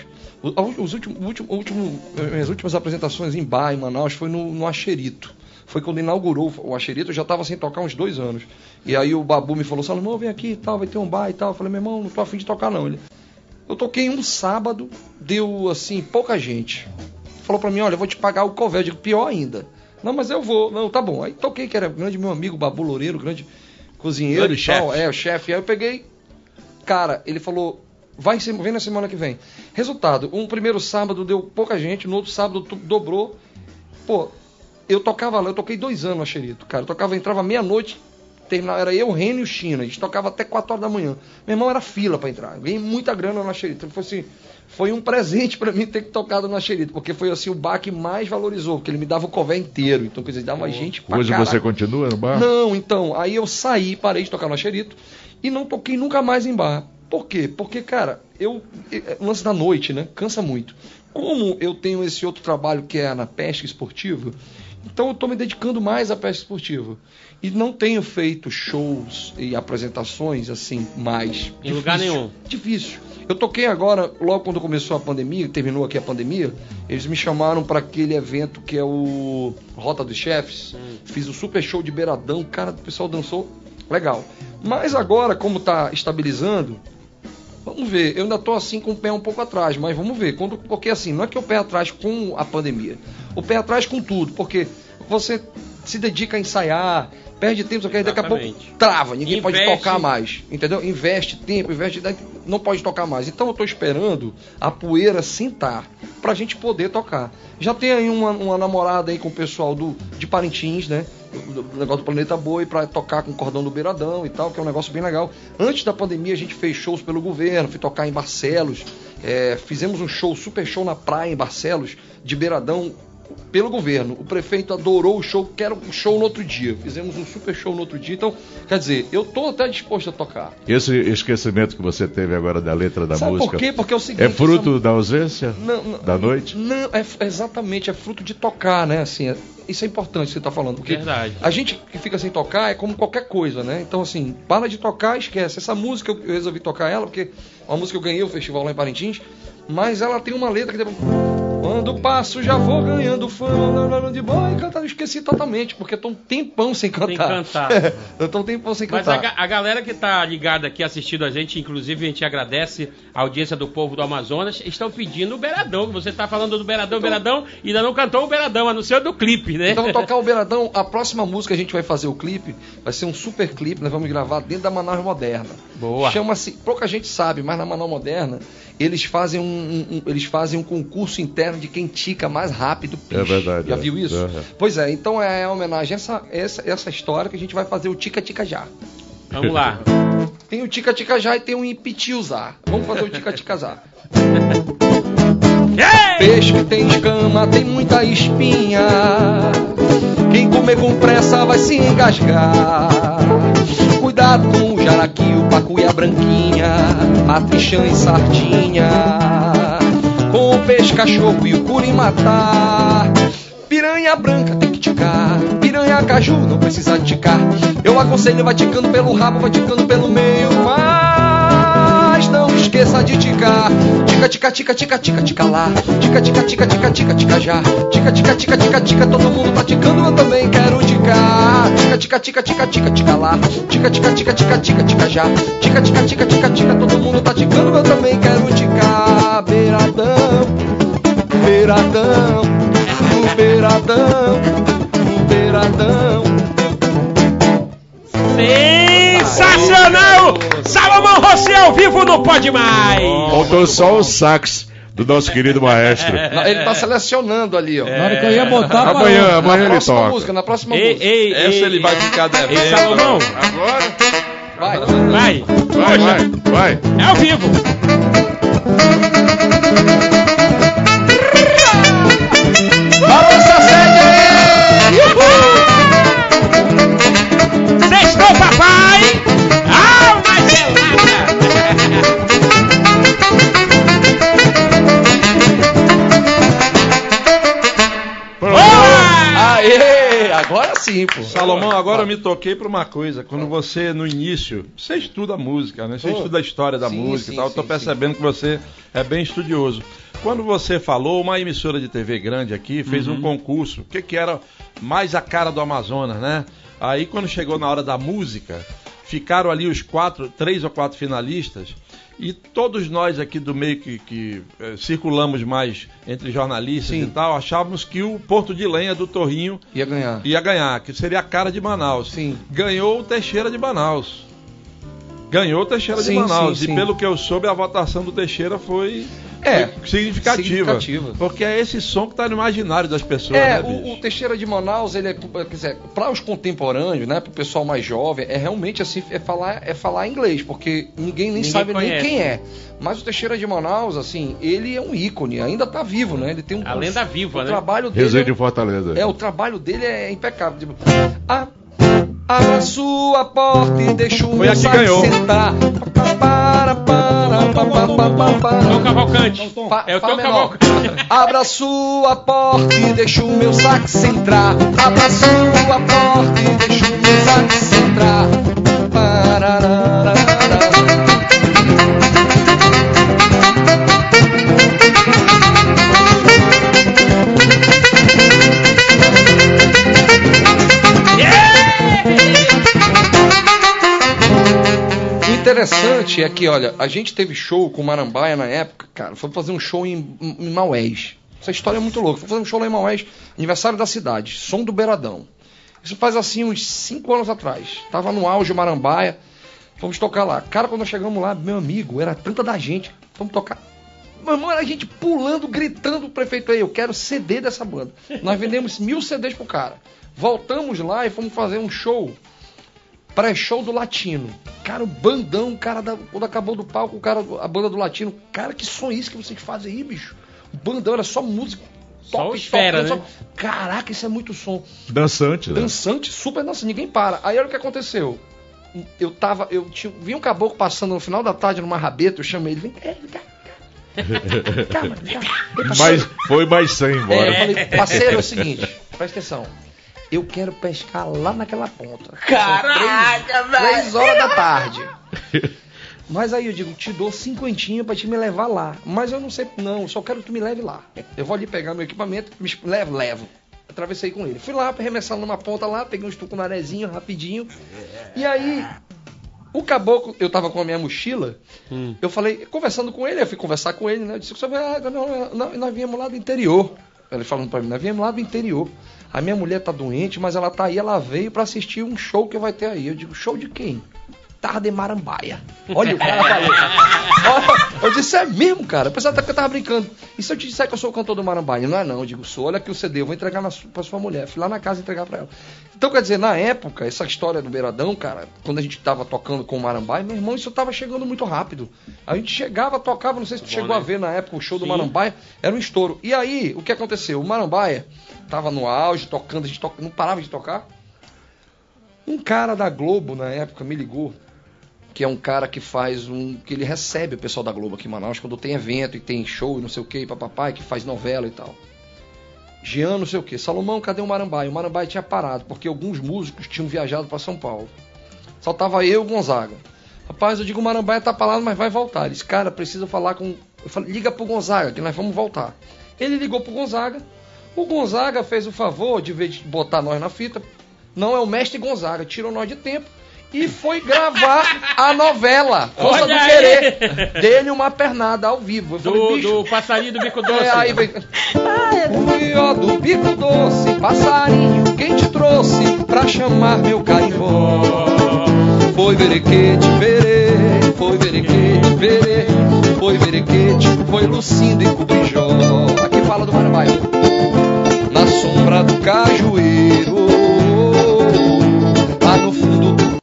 Minhas últimas apresentações em bar, em Manaus, foi no Axerito. Foi quando inaugurou o Axerito, eu já estava sem tocar uns 2 anos. E aí o Babu me falou, Salomão, vem aqui e tal, vai ter um bar e tal. Eu falei, meu irmão, não tô afim de tocar não. Eu toquei um sábado, deu assim, pouca gente. Falou pra mim, olha, eu vou te pagar o cover. Eu digo, pior ainda. Não, mas eu vou. Não, tá bom. Aí toquei, que era grande meu amigo, Babu Loureiro, grande cozinheiro e tal. O chefe. Aí eu peguei, cara, ele falou... Vem na semana que vem. Resultado, um primeiro sábado deu pouca gente, no outro sábado dobrou. Pô, eu toquei 2 anos no Axerito, cara. Entrava meia-noite, terminava, era eu, Reno e o China. A gente tocava até 4 horas da manhã. Meu irmão, era fila pra entrar. Eu ganhei muita grana no Axerito. Foi um presente pra mim ter tocado no Axerito, porque foi assim o bar que mais valorizou, porque ele me dava o cover inteiro. Então, quer dizer, dava gente pra hoje caraca. Você continua no bar? Não, então, aí eu parei de tocar no Axerito e não toquei nunca mais em bar. Por quê? Porque, cara, o lance da noite, né? Cansa muito. Como eu tenho esse outro trabalho que é na pesca esportiva, então eu estou me dedicando mais à pesca esportiva. E não tenho feito shows e apresentações, assim, mais... Em lugar nenhum. Difícil. Eu toquei agora, logo quando começou a pandemia, terminou aqui a pandemia, eles me chamaram para aquele evento que é o Rota dos Chefes. Fiz um super show de beiradão, cara, o pessoal dançou legal. Mas agora, como está estabilizando... Vamos ver, eu ainda estou assim com o pé um pouco atrás, mas vamos ver, porque assim, não é que o pé atrás com a pandemia, o pé atrás com tudo, porque você se dedica a ensaiar, perde tempo, daqui a pouco trava, ninguém pode tocar mais, entendeu? Investe tempo, não pode tocar mais. Então eu estou esperando a poeira sentar pra gente poder tocar. Já tem aí uma namorada aí com o pessoal de Parintins, né? O negócio do Planeta Boi pra tocar com o Cordão do Beiradão e tal, que é um negócio bem legal. Antes da pandemia a gente fez shows pelo governo, fui tocar em Barcelos, fizemos um super show na praia em Barcelos, de Beiradão, pelo governo. O prefeito adorou o show, quero um show no outro dia. Fizemos um super show no outro dia. Então, quer dizer, eu tô até disposto a tocar. Esse esquecimento que você teve agora da letra da Sabe música... por quê? Porque é o seguinte... É fruto da ausência? Da noite? Não, exatamente, é fruto de tocar, né? Assim, isso é importante que você está falando. Porque verdade. A gente que fica sem tocar é como qualquer coisa, né? Então, assim, para de tocar, esquece. Essa música eu resolvi tocar ela, porque é uma música que eu ganhei o festival lá em Parintins, mas ela tem uma letra que... Quando passo já vou ganhando fama de boa e cantar. Eu esqueci totalmente, porque eu tô um tempão sem cantar. Tem que cantar. Eu tô um tempão sem cantar. Mas a galera que tá ligada aqui assistindo a gente, inclusive a gente agradece a audiência do povo do Amazonas, estão pedindo o Beiradão. Você tá falando do Beiradão, Beiradão, e ainda não cantou o Beiradão, a não ser do clipe, né? Então vou tocar o Beiradão. A próxima música que a gente vai fazer o clipe, vai ser um super clipe, nós vamos gravar dentro da Manaus Moderna. Boa. Chama-se, pouca gente sabe, mas na Manaus Moderna, eles fazem um concurso interno de quem tica mais rápido. É verdade. Já viu isso? É. Pois é, então é homenagem a essa história que a gente vai fazer o Tica Tica Já. Vamos lá. Tem o Tica Tica Já e tem o Impitiuzar. Vamos fazer o Tica Tica Já. Peixe que tem escama tem muita espinha. Quem comer com pressa vai se engasgar. Cuidado com o jaraqui, o pacu e a branquinha, matrichã e sardinha, com o peixe cachorro e o curimatá. Piranha branca tem que ticar, piranha caju não precisa de ticar. Eu aconselho, vai ticando pelo rabo, vai ticando pelo meio, mas não esqueça de ticar. Tica, tica, tica, tica, tica, tica lá. Tica, tica, tica, tica, tica, tica já. Tica, tica, tica, tica, tica, todo mundo tá ticando, eu também quero ticar. Tica, tica, tica, tica, tica, tica lá. Tica, tica, tica, tica, tica, tica já. Tica, tica, tica, tica, tica, todo mundo tá ticando, eu também quero ticar. Beiradão, beiradão, no beiradão, no beiradão. Sensacional! Salomão Rossi ao vivo no Pode Mais! Faltou só o sax do nosso querido maestro. Ele tá selecionando ali, ó. Na hora que eu ia botar Amanhã ele toca. Música, na próxima Ei, música. ei, Essa ei, ele vai ficar devendo. Ei, Salomão, Agora? Vai. Vai. é ao vivo! Balança a sede aí! Sextou, papai! Alma gelada! Aê! Agora sim, pô. Salomão, agora eu me toquei para uma coisa. Quando você, no início, você estuda a música, né? Você estuda a história da música e tal. Eu tô percebendo que você é bem estudioso. Quando você falou, uma emissora de TV grande aqui fez um concurso. O que era mais a cara do Amazonas, né? Aí, quando chegou na hora da música, ficaram ali os 3 ou 4 finalistas. E todos nós aqui do meio que circulamos mais entre jornalistas e tal, achávamos que o Porto de Lenha do Torrinho ia ganhar, que seria a cara de Manaus. Sim. Ganhou o Teixeira de Manaus. E pelo que eu soube, a votação do Teixeira foi significativa. Porque é esse som que está no imaginário das pessoas. Né, o Teixeira de Manaus, ele quer dizer, para os contemporâneos, né, para o pessoal mais jovem, é realmente assim, é falar inglês, porque ninguém sabe conhece. nem quem é. Mas o Teixeira de Manaus, assim, ele é um ícone, ainda está vivo, né? Ele tem A lenda viva, né? Trabalho dele Reside em Fortaleza. o trabalho dele é impecável. Tipo, abra sua porta e deixa o meu saco sentar. É o Cavalcante. É o teu Cavalcante. Abra sua porta e deixa o meu sax entrar. Abra sua porta e deixa o meu sax entrar. Interessante é que, olha, a gente teve show com o Marambaia na época, cara, foi fazer um show em Maués. Essa história é muito louca. Foi fazer um show lá em Maués, aniversário da cidade, som do Beiradão. Isso faz assim uns 5 anos atrás. Tava no auge o Marambaia, fomos tocar lá. Cara, quando nós chegamos lá, meu amigo, era tanta da gente, fomos tocar. Meu irmão, era a gente pulando, gritando o prefeito aí, eu quero CD dessa banda. Nós vendemos 1000 CDs pro cara. Voltamos lá e fomos fazer um show, pré-show do Latino. Cara, o bandão, quando acabou do palco, a banda do Latino, cara, que som é isso que vocês fazem aí, bicho? O bandão era só música Só os fera, né? Caraca, isso é muito som. Dançante, né? Dançante, super dançante, ninguém para. Aí olha o que aconteceu. Vi um caboclo passando no final da tarde numa rabeta, eu chamei ele, vem cá. Mas foi mais 100 embora. Eu falei, parceiro, é o seguinte, presta atenção. Eu quero pescar lá naquela ponta. Caraca, velho! 3 horas da tarde. Mas aí eu digo, te dou 50 pra te me levar lá. Mas eu não sei, não, só quero que tu me leve lá. Eu vou ali pegar meu equipamento, levo. Atravessei com ele. Fui lá, arremessando numa ponta lá, peguei um tucunarezinho rapidinho. E aí, o caboclo, eu tava com a minha mochila, eu falei, conversando com ele, eu fui conversar com ele, né? Eu disse, nós viemos lá do interior. Ele falando pra mim, nós viemos lá do interior. A minha mulher tá doente, mas ela tá aí, ela veio pra assistir um show que vai ter aí. Eu digo, show de quem? Tarde Marambaia. Olha, o cara falou. Eu disse, é mesmo, cara? Eu pensava até que eu tava brincando. E se eu te disser que eu sou o cantor do Marambaia? Não é não. Eu digo, sou, olha aqui o CD, eu vou entregar pra sua mulher. Fui lá na casa entregar pra ela. Então, quer dizer, na época, essa história do Beiradão, cara, quando a gente tava tocando com o Marambaia, meu irmão, isso tava chegando muito rápido. A gente chegava, tocava, não sei se tu chegou a ver na época o show do Marambaia, era um estouro. E aí, o que aconteceu? O Marambaia tava no auge, tocando, a gente não parava de tocar. Um cara da Globo, na época, me ligou, que é um cara que que ele recebe o pessoal da Globo aqui em Manaus, quando tem evento e tem show e não sei o que, papapá, que faz novela e tal. Jean, não sei o que, Salomão, cadê o Marambaia? O Marambaia tinha parado, porque alguns músicos tinham viajado para São Paulo. Só tava eu e o Gonzaga. Rapaz, eu digo, o Marambaia tá parado, mas vai voltar. Ele disse, cara, precisa falar com... Eu falei, liga pro Gonzaga, que nós vamos voltar. Ele ligou pro Gonzaga, o Gonzaga fez o favor, de vez de botar nós na fita, não é o mestre Gonzaga, tirou nós de tempo, e foi gravar a novela Força do Querer dele, uma pernada ao vivo. Eu falei, do passarinho do bico doce. Aí vem, o do bico doce, passarinho, quem te trouxe pra chamar meu carimbó? Foi verequete, verê, foi verequete, verê, foi verequete, foi Lucinda e Cupijó. Aqui fala do Marambaia. Na sombra do cajueiro, lá no fundo do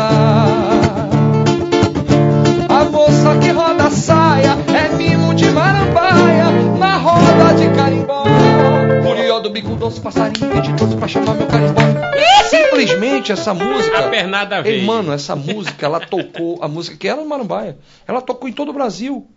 a moça que roda a saia é mimo de Marambaia, na roda de carimbó. Curió do bico doce, passarinho, que te trouxe pra chamar meu carimbó. Simplesmente essa música, a pernada veio. Mano, essa música, ela tocou, a música que era do Marambaia, ela tocou em todo o Brasil.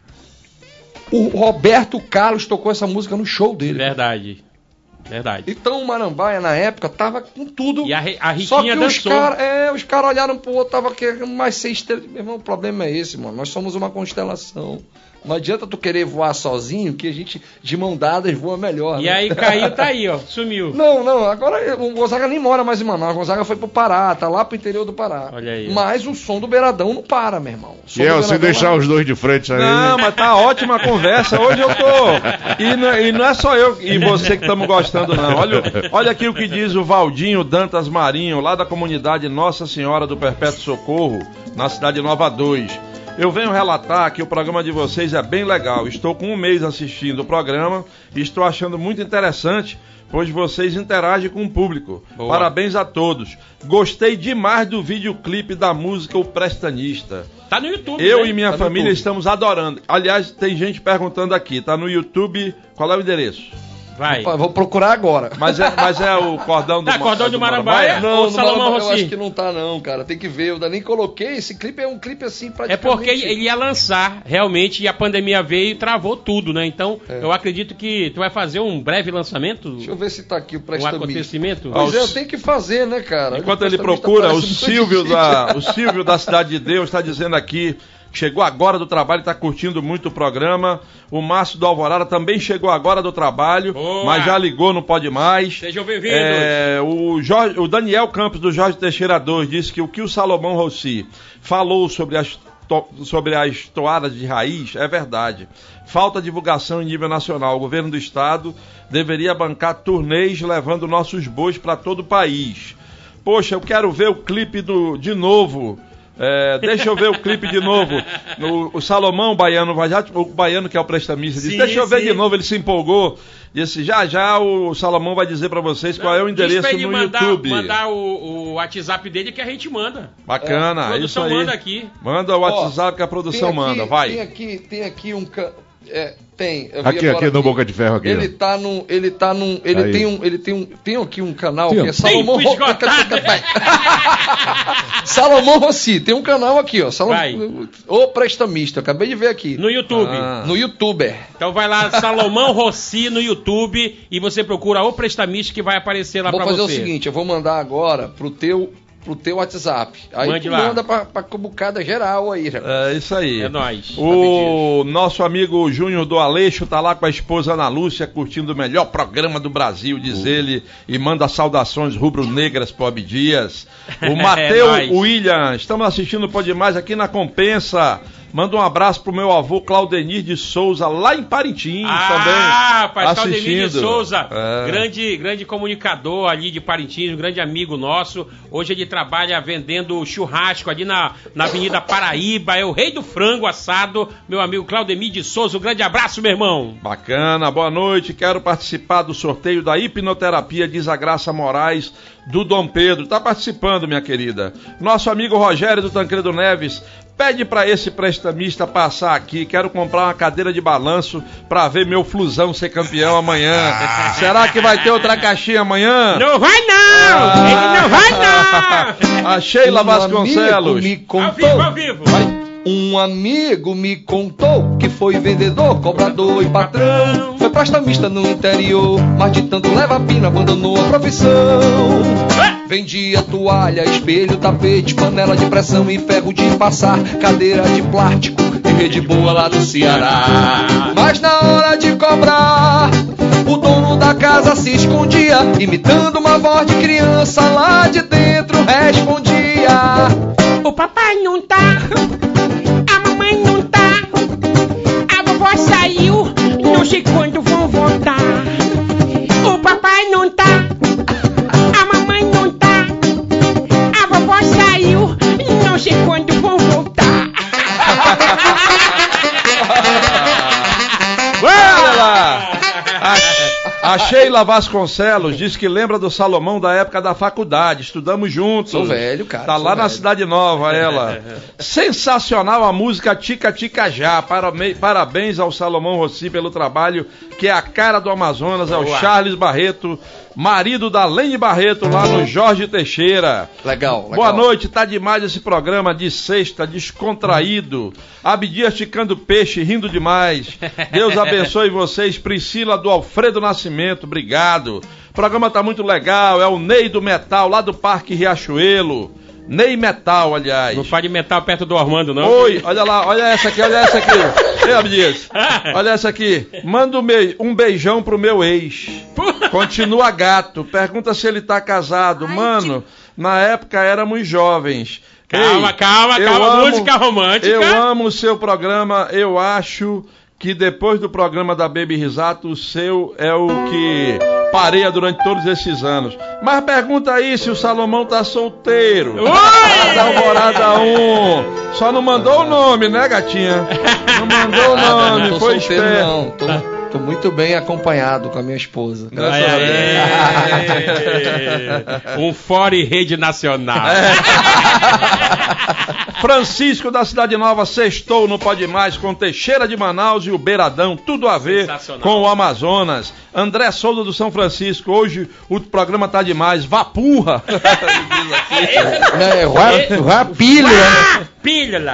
O Roberto Carlos tocou essa música no show dele. Verdade. Então o Marambaia na época tava com tudo. E a Ritinha só que dançou. Os caras olharam pro outro, tava querendo mais 6 estrelas. Meu irmão, o problema é esse, mano. Nós somos uma constelação. Não adianta tu querer voar sozinho, que a gente, de mão dadas, voa melhor. E né? aí caiu, tá aí, ó. Sumiu. Não, agora o Gonzaga nem mora mais em Manaus. O Gonzaga foi pro Pará, tá lá pro interior do Pará. Olha aí. Mas o som do Beiradão não para, meu irmão. E se deixar os dois de frente aí... Não, mas tá ótima a conversa. Hoje eu tô... E não é só eu e você que estamos gostando, não. Olha aqui o que diz o Valdinho Dantas Marinho, lá da comunidade Nossa Senhora do Perpétuo Socorro, na cidade de Nova 2. Eu venho relatar que o programa de vocês é bem legal. Estou com 1 mês assistindo o programa e estou achando muito interessante, pois vocês interagem com o público. Boa. Parabéns a todos. Gostei demais do videoclipe da música O Prestanista. Tá no YouTube, Eu né? e minha família estamos adorando. Aliás, tem gente perguntando aqui. Tá no YouTube. Qual é o endereço? Vai. Vou procurar agora. Mas é o cordão do Cordão do Marambaia? Não, ou Salomão Rossi? Eu acho que não tá não, cara. Tem que ver. Eu ainda nem coloquei. Esse clipe é um clipe assim praticamente... É porque ele ia lançar, realmente, e a pandemia veio e travou tudo, né? Então, eu acredito que tu vai fazer um breve lançamento. Deixa eu ver se tá aqui o Um Prestamista. acontecimento. Pois eu tenho que fazer, né, cara? Enquanto ele procura, o Silvio da Cidade de Deus está dizendo aqui... Chegou agora do trabalho, está curtindo muito o programa. O Márcio do Alvorada também chegou agora do trabalho, Boa. Mas já ligou, não pode mais. Sejam bem-vindos. O Daniel Campos do Jorge Teixeira 2 disse que o que o Salomão Rossi falou sobre as toadas de raiz é verdade. Falta divulgação em nível nacional. O governo do estado deveria bancar turnês levando nossos bois para todo o país. Poxa, eu quero ver o clipe de novo. Deixa eu ver o clipe de novo. O Salomão Baiano, o Baiano que é o prestamista, disse, deixa eu ver de novo, ele se empolgou. Disse, já o Salomão vai dizer pra vocês qual é o endereço no YouTube. Mandar o WhatsApp dele que a gente manda. Bacana, a isso aí. manda aqui. Manda o WhatsApp que a produção manda, vai. Tem aqui um... Tem. Aqui no Boca de Ferro aqui. Ele tem aqui um canal que é Salomão Salomão Rossi. Tem um canal aqui, ó. O Prestamista. Acabei de ver aqui. No YouTube. No YouTuber. Então vai lá, Salomão Rossi no YouTube e você procura o Prestamista que vai aparecer lá pra você. Vou fazer o seguinte, eu vou mandar agora pro teu WhatsApp. Aí mande tu lá. manda pra bucada geral aí. É isso aí. É nóis. O nosso amigo Júnior do Aleixo tá lá com a esposa Ana Lúcia curtindo o melhor programa do Brasil, diz ele, e manda saudações rubro-negras pro Abdias. O Matheus William, estamos assistindo o Pode Mais aqui na Compensa. Manda um abraço pro meu avô Claudenir de Souza, lá em Parintins também. Rapaz, Claudenir de Souza, grande comunicador ali de Parintins, um grande amigo nosso. Hoje ele trabalha vendendo churrasco ali na Avenida Paraíba, é o rei do frango assado, meu amigo Claudenir de Souza. Um grande abraço, meu irmão. Bacana, boa noite. Quero participar do sorteio da hipnoterapia, diz a Graça Moraes, do Dom Pedro. Tá participando, minha querida. Nosso amigo Rogério do Tancredo Neves pede para esse prestamista passar aqui. Quero comprar uma cadeira de balanço para ver meu Flusão ser campeão amanhã. Será que vai ter outra caixinha amanhã? Não vai não! Ele não vai não! A Sheila Vasconcelos. Me contou, ao vivo. Um amigo me contou que foi vendedor, cobrador e patrão. Foi prestamista no interior, mas de tanto leva pina, abandonou a profissão. Vendia toalha, espelho, tapete, panela de pressão e ferro de passar, cadeira de plástico e rede boa lá do Ceará. Mas na hora de cobrar, o dono da casa se escondia, imitando uma voz de criança lá de dentro respondia: o papai não tá, a mamãe não tá, a vovó saiu, não sei quando vão voltar. O papai não tá, a mamãe não tá, a vovó saiu, não sei quando vão voltar. Olha lá! A Sheila Vasconcelos diz que lembra do Salomão da época da faculdade. Estudamos juntos. Sou velho, cara. Tá lá na Cidade Nova, ela. Sensacional a música Tica Tica Já. Parabéns ao Salomão Rossi pelo trabalho, que é a cara do Amazonas. É o Charles Barreto, marido da Lene Barreto, lá no Jorge Teixeira. Legal. Boa noite, tá demais esse programa de sexta, descontraído. Abdias ticando peixe, rindo demais. Deus abençoe vocês. Priscila do Alfredo Nascimento, obrigado. O programa tá muito legal, é o Ney do Metal, lá do Parque Riachuelo. Ney Metal, aliás. Não faz de metal perto do Armando, não? Oi, olha lá, olha essa aqui. Ei, Abdias, olha essa aqui. Manda um beijão pro meu ex. Continua gato. Pergunta se ele tá casado. Mano, na época éramos jovens. Calma, música romântica. Eu amo o seu programa, eu acho que depois do programa da Baby Risato, o seu é o que pareia durante todos esses anos. Mas pergunta aí se o Salomão tá solteiro. Da Alvorada 1. Só não mandou o nome, né, gatinha? Não mandou o nome, não foi solteiro, esperto. não. Tô muito bem acompanhado com a minha esposa. Graças a Deus. Um fora rede nacional. Francisco da Cidade Nova sextou no Pode Mais com Teixeira de Manaus e o Beiradão, tudo a ver com o Amazonas. André Souza do São Francisco, hoje o programa tá demais, vapurra. Pílula.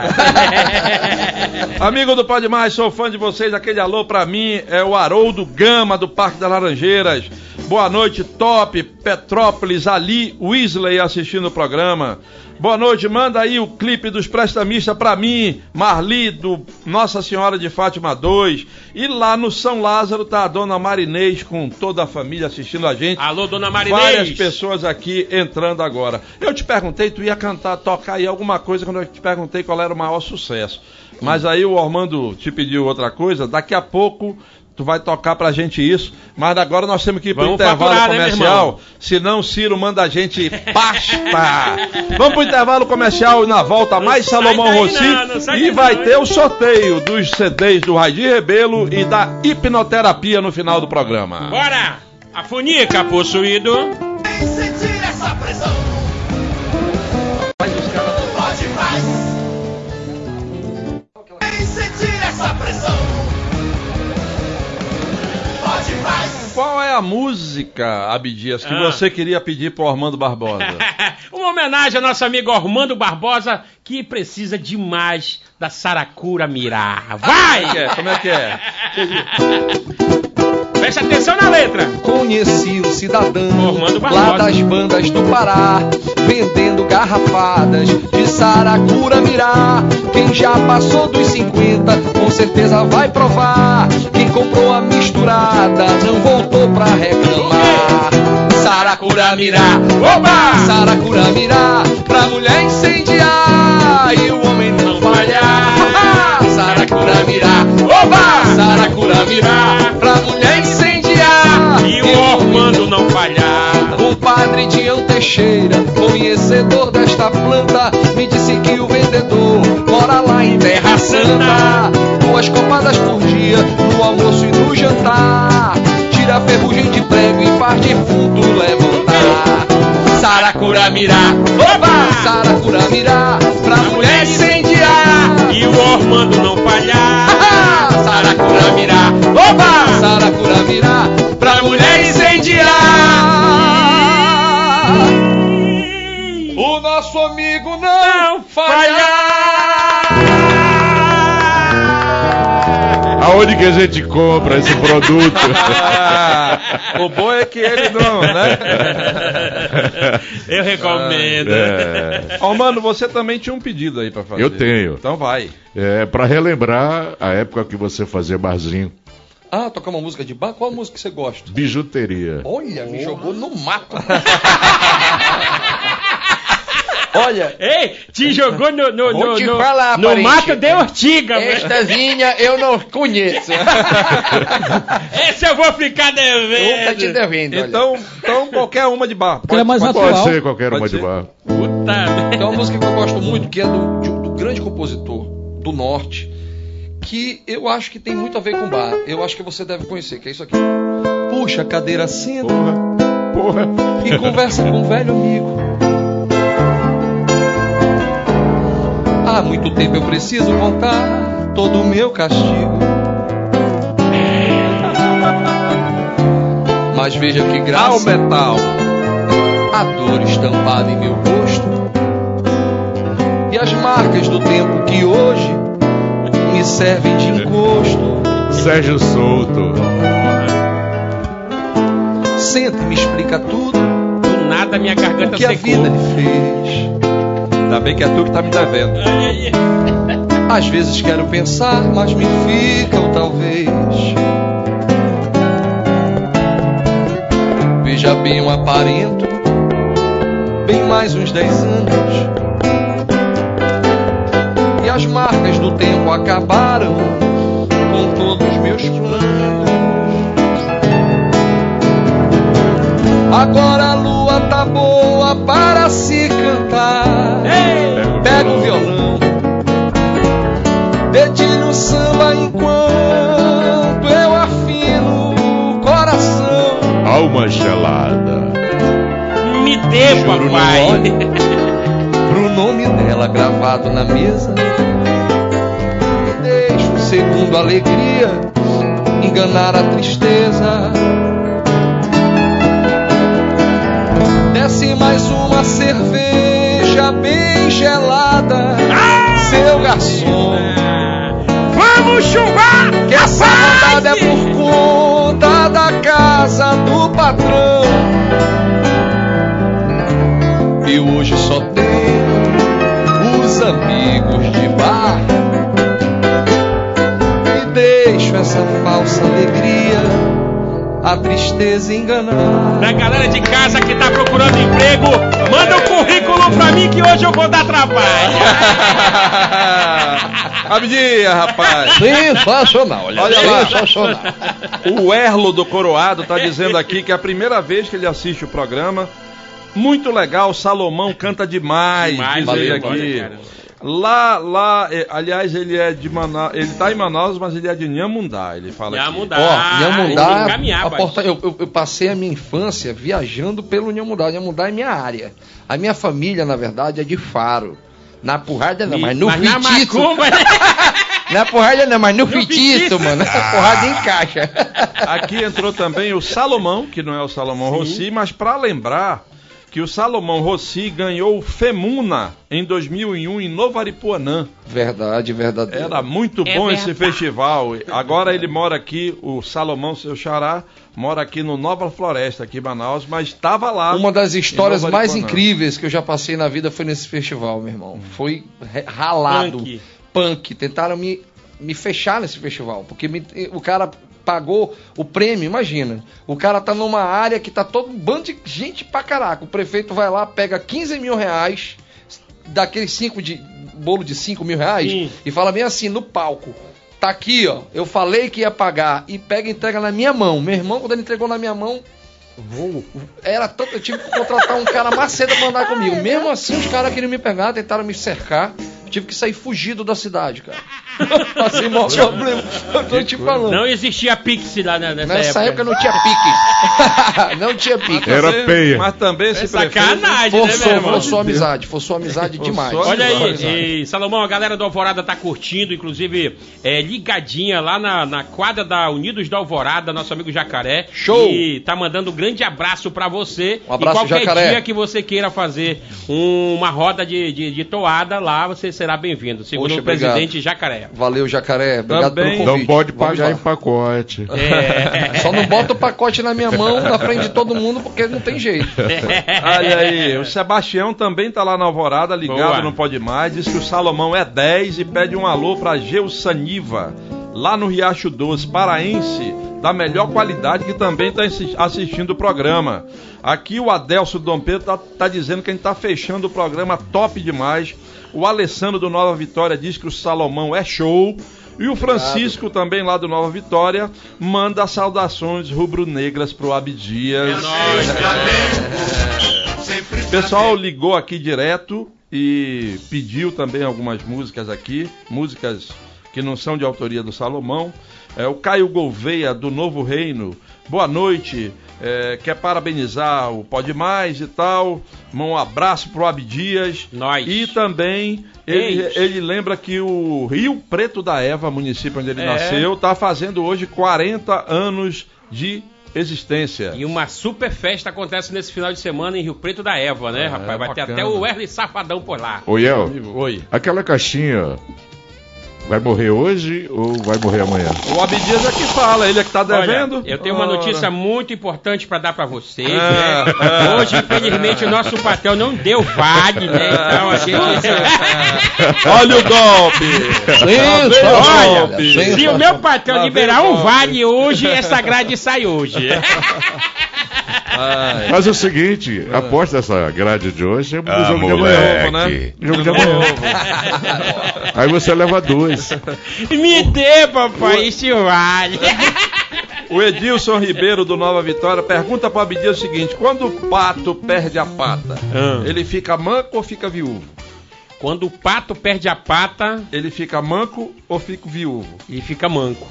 Amigo do Pode Mais, sou fã de vocês, aquele alô pra mim é o Haroldo Gama do Parque das Laranjeiras. Boa noite, top, Petrópolis, Ali Weasley assistindo o programa. Boa noite, manda aí o clipe dos prestamistas pra mim, Marli, do Nossa Senhora de Fátima 2. E lá no São Lázaro tá a Dona Marinês com toda a família assistindo a gente. Alô, Dona Marinês. Várias pessoas aqui entrando agora. Eu te perguntei, tu ia tocar aí alguma coisa quando eu te perguntei qual era o maior sucesso. Mas aí o Armando te pediu outra coisa, daqui a pouco tu vai tocar pra gente isso, mas agora nós temos que ir pro intervalo comercial, né, senão Ciro manda a gente pasta. Vamos pro intervalo comercial e na volta mais Salomão Rossi e vai ter o sorteio dos CDs do Raidi Rebelo e da hipnoterapia no final do programa. Bora! A Funica, possuído. Sentir essa pressão. Pode mais. Sentir essa pressão. a música, Abdias, que você queria pedir pro Armando Barbosa? Uma homenagem ao nosso amigo Armando Barbosa, que precisa demais da Saracura Mirá. Vai! Como é que é? Preste atenção na letra. Conheci um cidadão lá das bandas do Pará, vendendo garrafadas de Saracura Mirá. Quem já passou dos 50 com certeza vai provar. Quem comprou a misturada não voltou pra reclamar. Saracura Mirá, oba! Saracura Mirá, pra mulher incendiar e o homem não falhar. Saracura Mirá, oba! Saracura Mirá, pra mulher incendiar e o Armando não falhar. O padre Tião Teixeira, conhecedor desta planta, me disse que o vendedor mora lá em Terra Santa. 2 copadas por dia, no almoço e no jantar, tira a ferrugem de prego e faz defunto levantar. Saracura Mirá, oba! Saracura Mirá, pra mulher incendiar e o Armando não falhar. Saracura Mirá, oba! Saracura Mirá, pra mulher incendiar. O nosso amigo não falhar. Aonde que a gente compra esse produto? O bom é que ele não, né? Eu recomendo. Mano, você também tinha um pedido aí pra fazer. Eu tenho. Então vai. Pra relembrar a época que você fazia barzinho. Ah, tocar uma música de bar? Qual a música que você gosta? Bijuteria. Olha, me jogou no mato. Olha, ei, te jogou no falar, no mato de Ortiga. Estazinha eu não conheço. Esse eu vou ficar devendo. Nunca te devendo. Então qualquer uma de bar. Pode ser qualquer uma de bar. Puta. Tem uma música que eu gosto muito, que é do grande compositor do Norte, que eu acho que tem muito a ver com bar. Eu acho que você deve conhecer, que é isso aqui. Puxa a cadeira, senta Porra. e conversa com um velho amigo. Há muito tempo eu preciso contar todo o meu castigo. Mas veja que graça ao metal, a dor estampada em meu rosto e as marcas do tempo que hoje me servem de encosto. Sérgio Souto. Senta e me explica tudo. Do nada minha garganta o que secou. A vida lhe fez. Ainda bem que é tu que tá me devendo. Às vezes quero pensar, mas me fica ou talvez. Veja bem, eu aparento bem mais uns 10 anos. E as marcas do tempo acabaram com todos os meus planos. Agora a lua tá boa para se cantar. Pega o violão, dedilho o samba enquanto eu afino o coração. Alma gelada. Me dê, papai. Pro nome dela gravado na mesa, deixa um segundo a alegria enganar a tristeza. Desce mais uma cerveja bem gelada, seu garçom. Vamos chuvar! Que essa vontade é por conta da casa do patrão. E hoje só tenho os amigos de bar. E deixo essa falsa alegria, a tristeza enganar. Pra galera de casa que tá procurando emprego, manda um currículo pra mim que hoje eu vou dar trabalho. Abdias, rapaz. Sensacional, olha lá. Sensacional. O Erlo do Coroado tá dizendo aqui que é a primeira vez que ele assiste o programa. Muito legal, Salomão canta demais, diz ele aqui. Aliás, ele é de Manaus, ele tá em Manaus, mas ele é de Nhamundá, ele fala Nhamundá. aqui. Nhamundá, eu passei a minha infância viajando pelo Nhamundá. Nhamundá é minha área. A minha família, na verdade, é de Faro. Na Porrada não, mas no Vitito. Na porrada não, mas no feitiço, mano. Essa porrada encaixa. Aqui entrou também o Salomão, que não é o Salomão Rossi, mas para lembrar que o Salomão Rossi ganhou o FEMUNA em 2001 em Novo Aripuanã. Verdade, verdadeiro. Era muito bom esse festival. Agora ele mora aqui, o Salomão, seu xará, mora aqui no Nova Floresta, aqui em Manaus, mas estava lá. Uma das histórias mais incríveis que eu já passei na vida foi nesse festival, meu irmão. Foi ralado. Punk. Tentaram me fechar nesse festival, porque o cara pagou o prêmio, imagina. O cara tá numa área que tá todo um bando de gente pra caraca. O prefeito vai lá, pega 15 mil reais, daqueles bolo de 5 mil reais, e fala bem assim, no palco. Tá aqui, ó, eu falei que ia pagar, e pega e entrega na minha mão. Meu irmão, quando ele entregou na minha mão, era tanto, eu tive que contratar um cara maceta pra andar comigo. Mesmo assim, os caras queriam me pegar, tentaram me cercar. Tive que sair fugido da cidade, cara. Passei maior problema. Eu tô te falando. Não existia Pix lá nessa época. Não tinha pique. Não tinha pique. Era peia. Mas também esse sacanagem, forçou amizade demais. Olha aí, Salomão, a galera do Alvorada tá curtindo, inclusive ligadinha lá na quadra da Unidos do Alvorada, nosso amigo Jacaré. Show! E tá mandando um grande abraço pra você. Um abraço, e qualquer Jacaré. dia que você queira fazer uma roda de toada lá, você será bem-vindo, segundo o presidente Jacaré. Valeu, Jacaré. Obrigado pelo convite. Não pode pagar em pacote. Só não bota o pacote na minha mão, na frente de todo mundo, porque não tem jeito. Olha aí, o Sebastião também tá lá na Alvorada, ligado, Boa. Não Pode Mais. Diz que o Salomão é 10 e pede um alô pra Geusaniva, lá no Riacho Doce, paraense, da melhor qualidade, que também está assistindo o programa. Aqui o Adelso do Dom Pedro tá dizendo que a gente tá fechando o programa top demais. O Alessandro do Nova Vitória diz que o Salomão é show. E o Francisco, também lá do Nova Vitória, manda saudações rubro-negras pro Abdias. O pessoal ligou aqui direto e pediu também algumas músicas aqui, músicas que não são de autoria do Salomão. O Caio Gouveia, do Novo Reino, boa noite, quer parabenizar o Pode Mais e tal, um abraço pro Abdias. Nós. E também ele lembra que o Rio Preto da Eva, município onde ele nasceu, está fazendo hoje 40 anos de existência. E uma super festa acontece nesse final de semana em Rio Preto da Eva, né, rapaz? Vai bacana. ter até o Wesley Safadão por lá. Ô, El, Oi. aquela caixinha vai morrer hoje ou vai morrer amanhã? O Abdias é que fala, ele é que tá devendo. Olha, eu tenho uma notícia muito importante para dar para vocês, né? Hoje, infelizmente, o nosso patrão não deu vale, né? Então a gente... Olha o golpe! Olha, se o meu patrão liberar um vale hoje, essa grade sai hoje. Mas é o seguinte, aposta essa grade de hoje é o jogo de amanhã, né? Jogo de amanhã. Aí você leva 2. Me dê, papai, esse vale. O Edilson Ribeiro do Nova Vitória pergunta para o Abdias o seguinte: quando o pato perde a pata, ele fica manco ou fica viúvo? Quando o pato perde a pata, ele fica manco ou fica viúvo? E fica manco.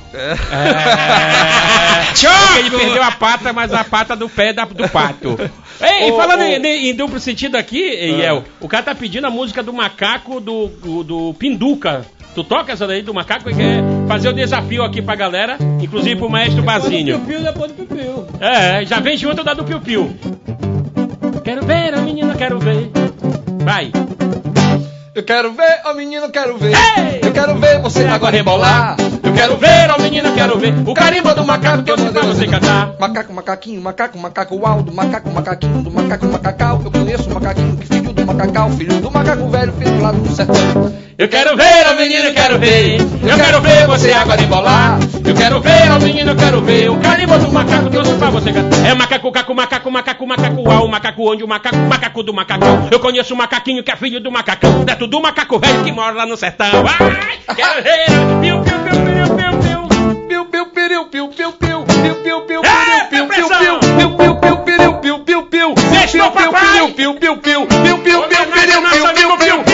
Ele perdeu a pata, mas a pata do pé do pato. Ei, falando em duplo sentido aqui, Iel, o cara tá pedindo a música do macaco do Pinduca. Tu toca essa daí do macaco e quer fazer o desafio aqui pra galera, inclusive pro maestro Bazinho. Depois do Piu-Piu. Já vem junto da do Piu-Piu. Quero ver a menina, quero ver. Vai. Eu quero ver, ó menino, quero ver. Ei! Eu quero ver você agora rebolar. Eu quero ver, ó menino, quero ver. O carimbo do macaco que eu sei pra você cantar. Macaco, macaquinho, macaco alto, macaquinho do macaco, macacau. Eu conheço o macaquinho que filho do macacau, filho do macaco velho, filho lá do sertão. Eu quero ver, ó menino, quero ver. Eu quero ver você agora embolar. Eu quero ver, ó menino, quero ver. O carimbo do macaco que eu sei pra você cantar. É macaco, macaco macaco onde o macaco do macacão. Eu conheço o macaquinho que é filho do macacão, neto do macaco velho que mora lá no sertão. Ai, quero ver, piu, piu, piu, piu, piu, piu. Piu, piu, piu, piu, piu, piu, piu, piu, piu, piu, piu, piu, piu, piu, piu, piu, piu, piu, piu. Sextou, papai! Piu, piu, piu, piu, piu, piu, piu, piu, piu, piu, piu,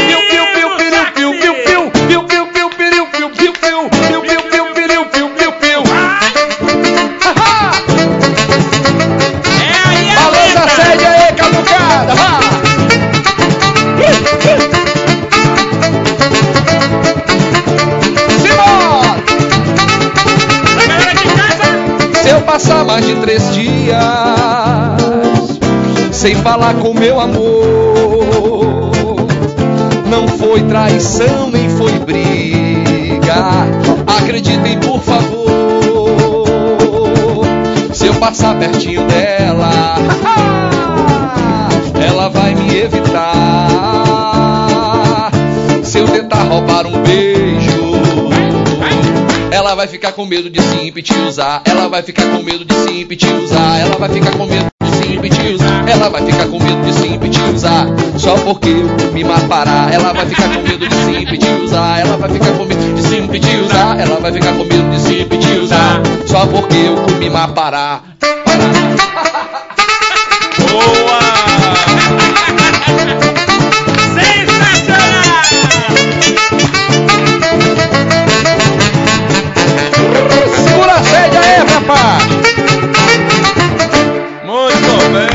Simão! passar mais de 3 dias sem falar com meu amor. Não foi traição, nem foi briga, acreditem por favor. Se eu passar pertinho dela, ela vai me evitar. Se eu tentar roubar um beijo, ela vai ficar com medo de se impetizar. Ela vai ficar com medo de se impetizar. Ela vai ficar com medo de se impetizar. Ela vai ficar com medo de se impetizar. Só porque eu me matará. Ela vai ficar com medo de se impetizar. Ela vai ficar com medo de se impetizar. Ela vai ficar com medo de se impetizar. Só porque eu me matará. Boa! Sensacional! Segura a sede aí, rapaz! Muito bem!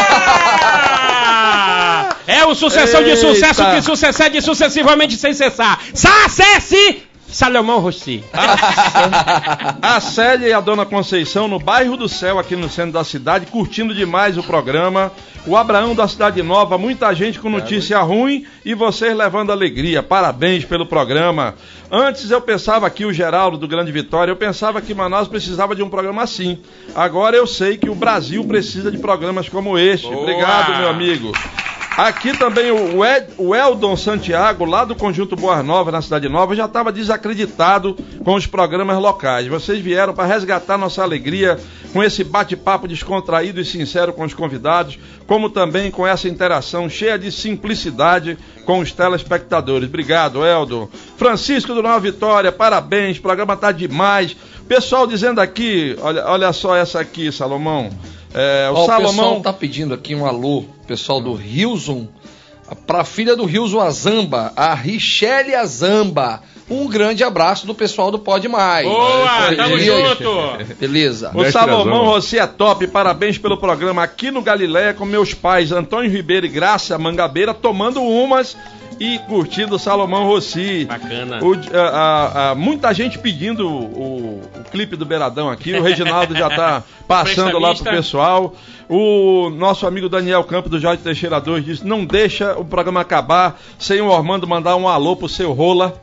É o sucessão de sucesso que sucede sucessivamente sem cessar. Acesse Salomão Rossi. A Célia e a Dona Conceição no bairro do Céu, aqui no centro da cidade, curtindo demais o programa. O Abraão da Cidade Nova, muita gente com notícia ruim e vocês levando alegria. Parabéns pelo programa. Antes eu pensava aqui, o Geraldo do Grande Vitória, eu pensava que Manaus precisava de um programa assim. Agora eu sei que o Brasil precisa de programas como este. Boa. Obrigado, meu amigo. Aqui também o Eldon Santiago, lá do Conjunto Boas Novas, na Cidade Nova, já estava desacreditado com os programas locais. Vocês vieram para resgatar nossa alegria com esse bate-papo descontraído e sincero com os convidados, como também com essa interação cheia de simplicidade com os telespectadores. Obrigado, Eldon. Francisco do Nova Vitória, parabéns, o programa está demais. Pessoal dizendo aqui, olha só essa aqui, Salomão. O pessoal tá pedindo aqui um alô, pessoal do Rilson, pra filha do Rilson Azamba, a Richelle Azamba. Um grande abraço do pessoal do Pode Mais. Boa, tamo junto. Beleza. O Salomão Rossi é top, parabéns pelo programa aqui no Galileia com meus pais Antônio Ribeiro e Graça Mangabeira, tomando umas e curtindo o Salomão Rossi. Bacana. Muita gente pedindo o clipe do Beiradão aqui, o Reginaldo já tá passando lá pro pessoal. O nosso amigo Daniel Campos do Jorge Teixeira 2 disse: não deixa o programa acabar sem o Ormando mandar um alô pro seu rola.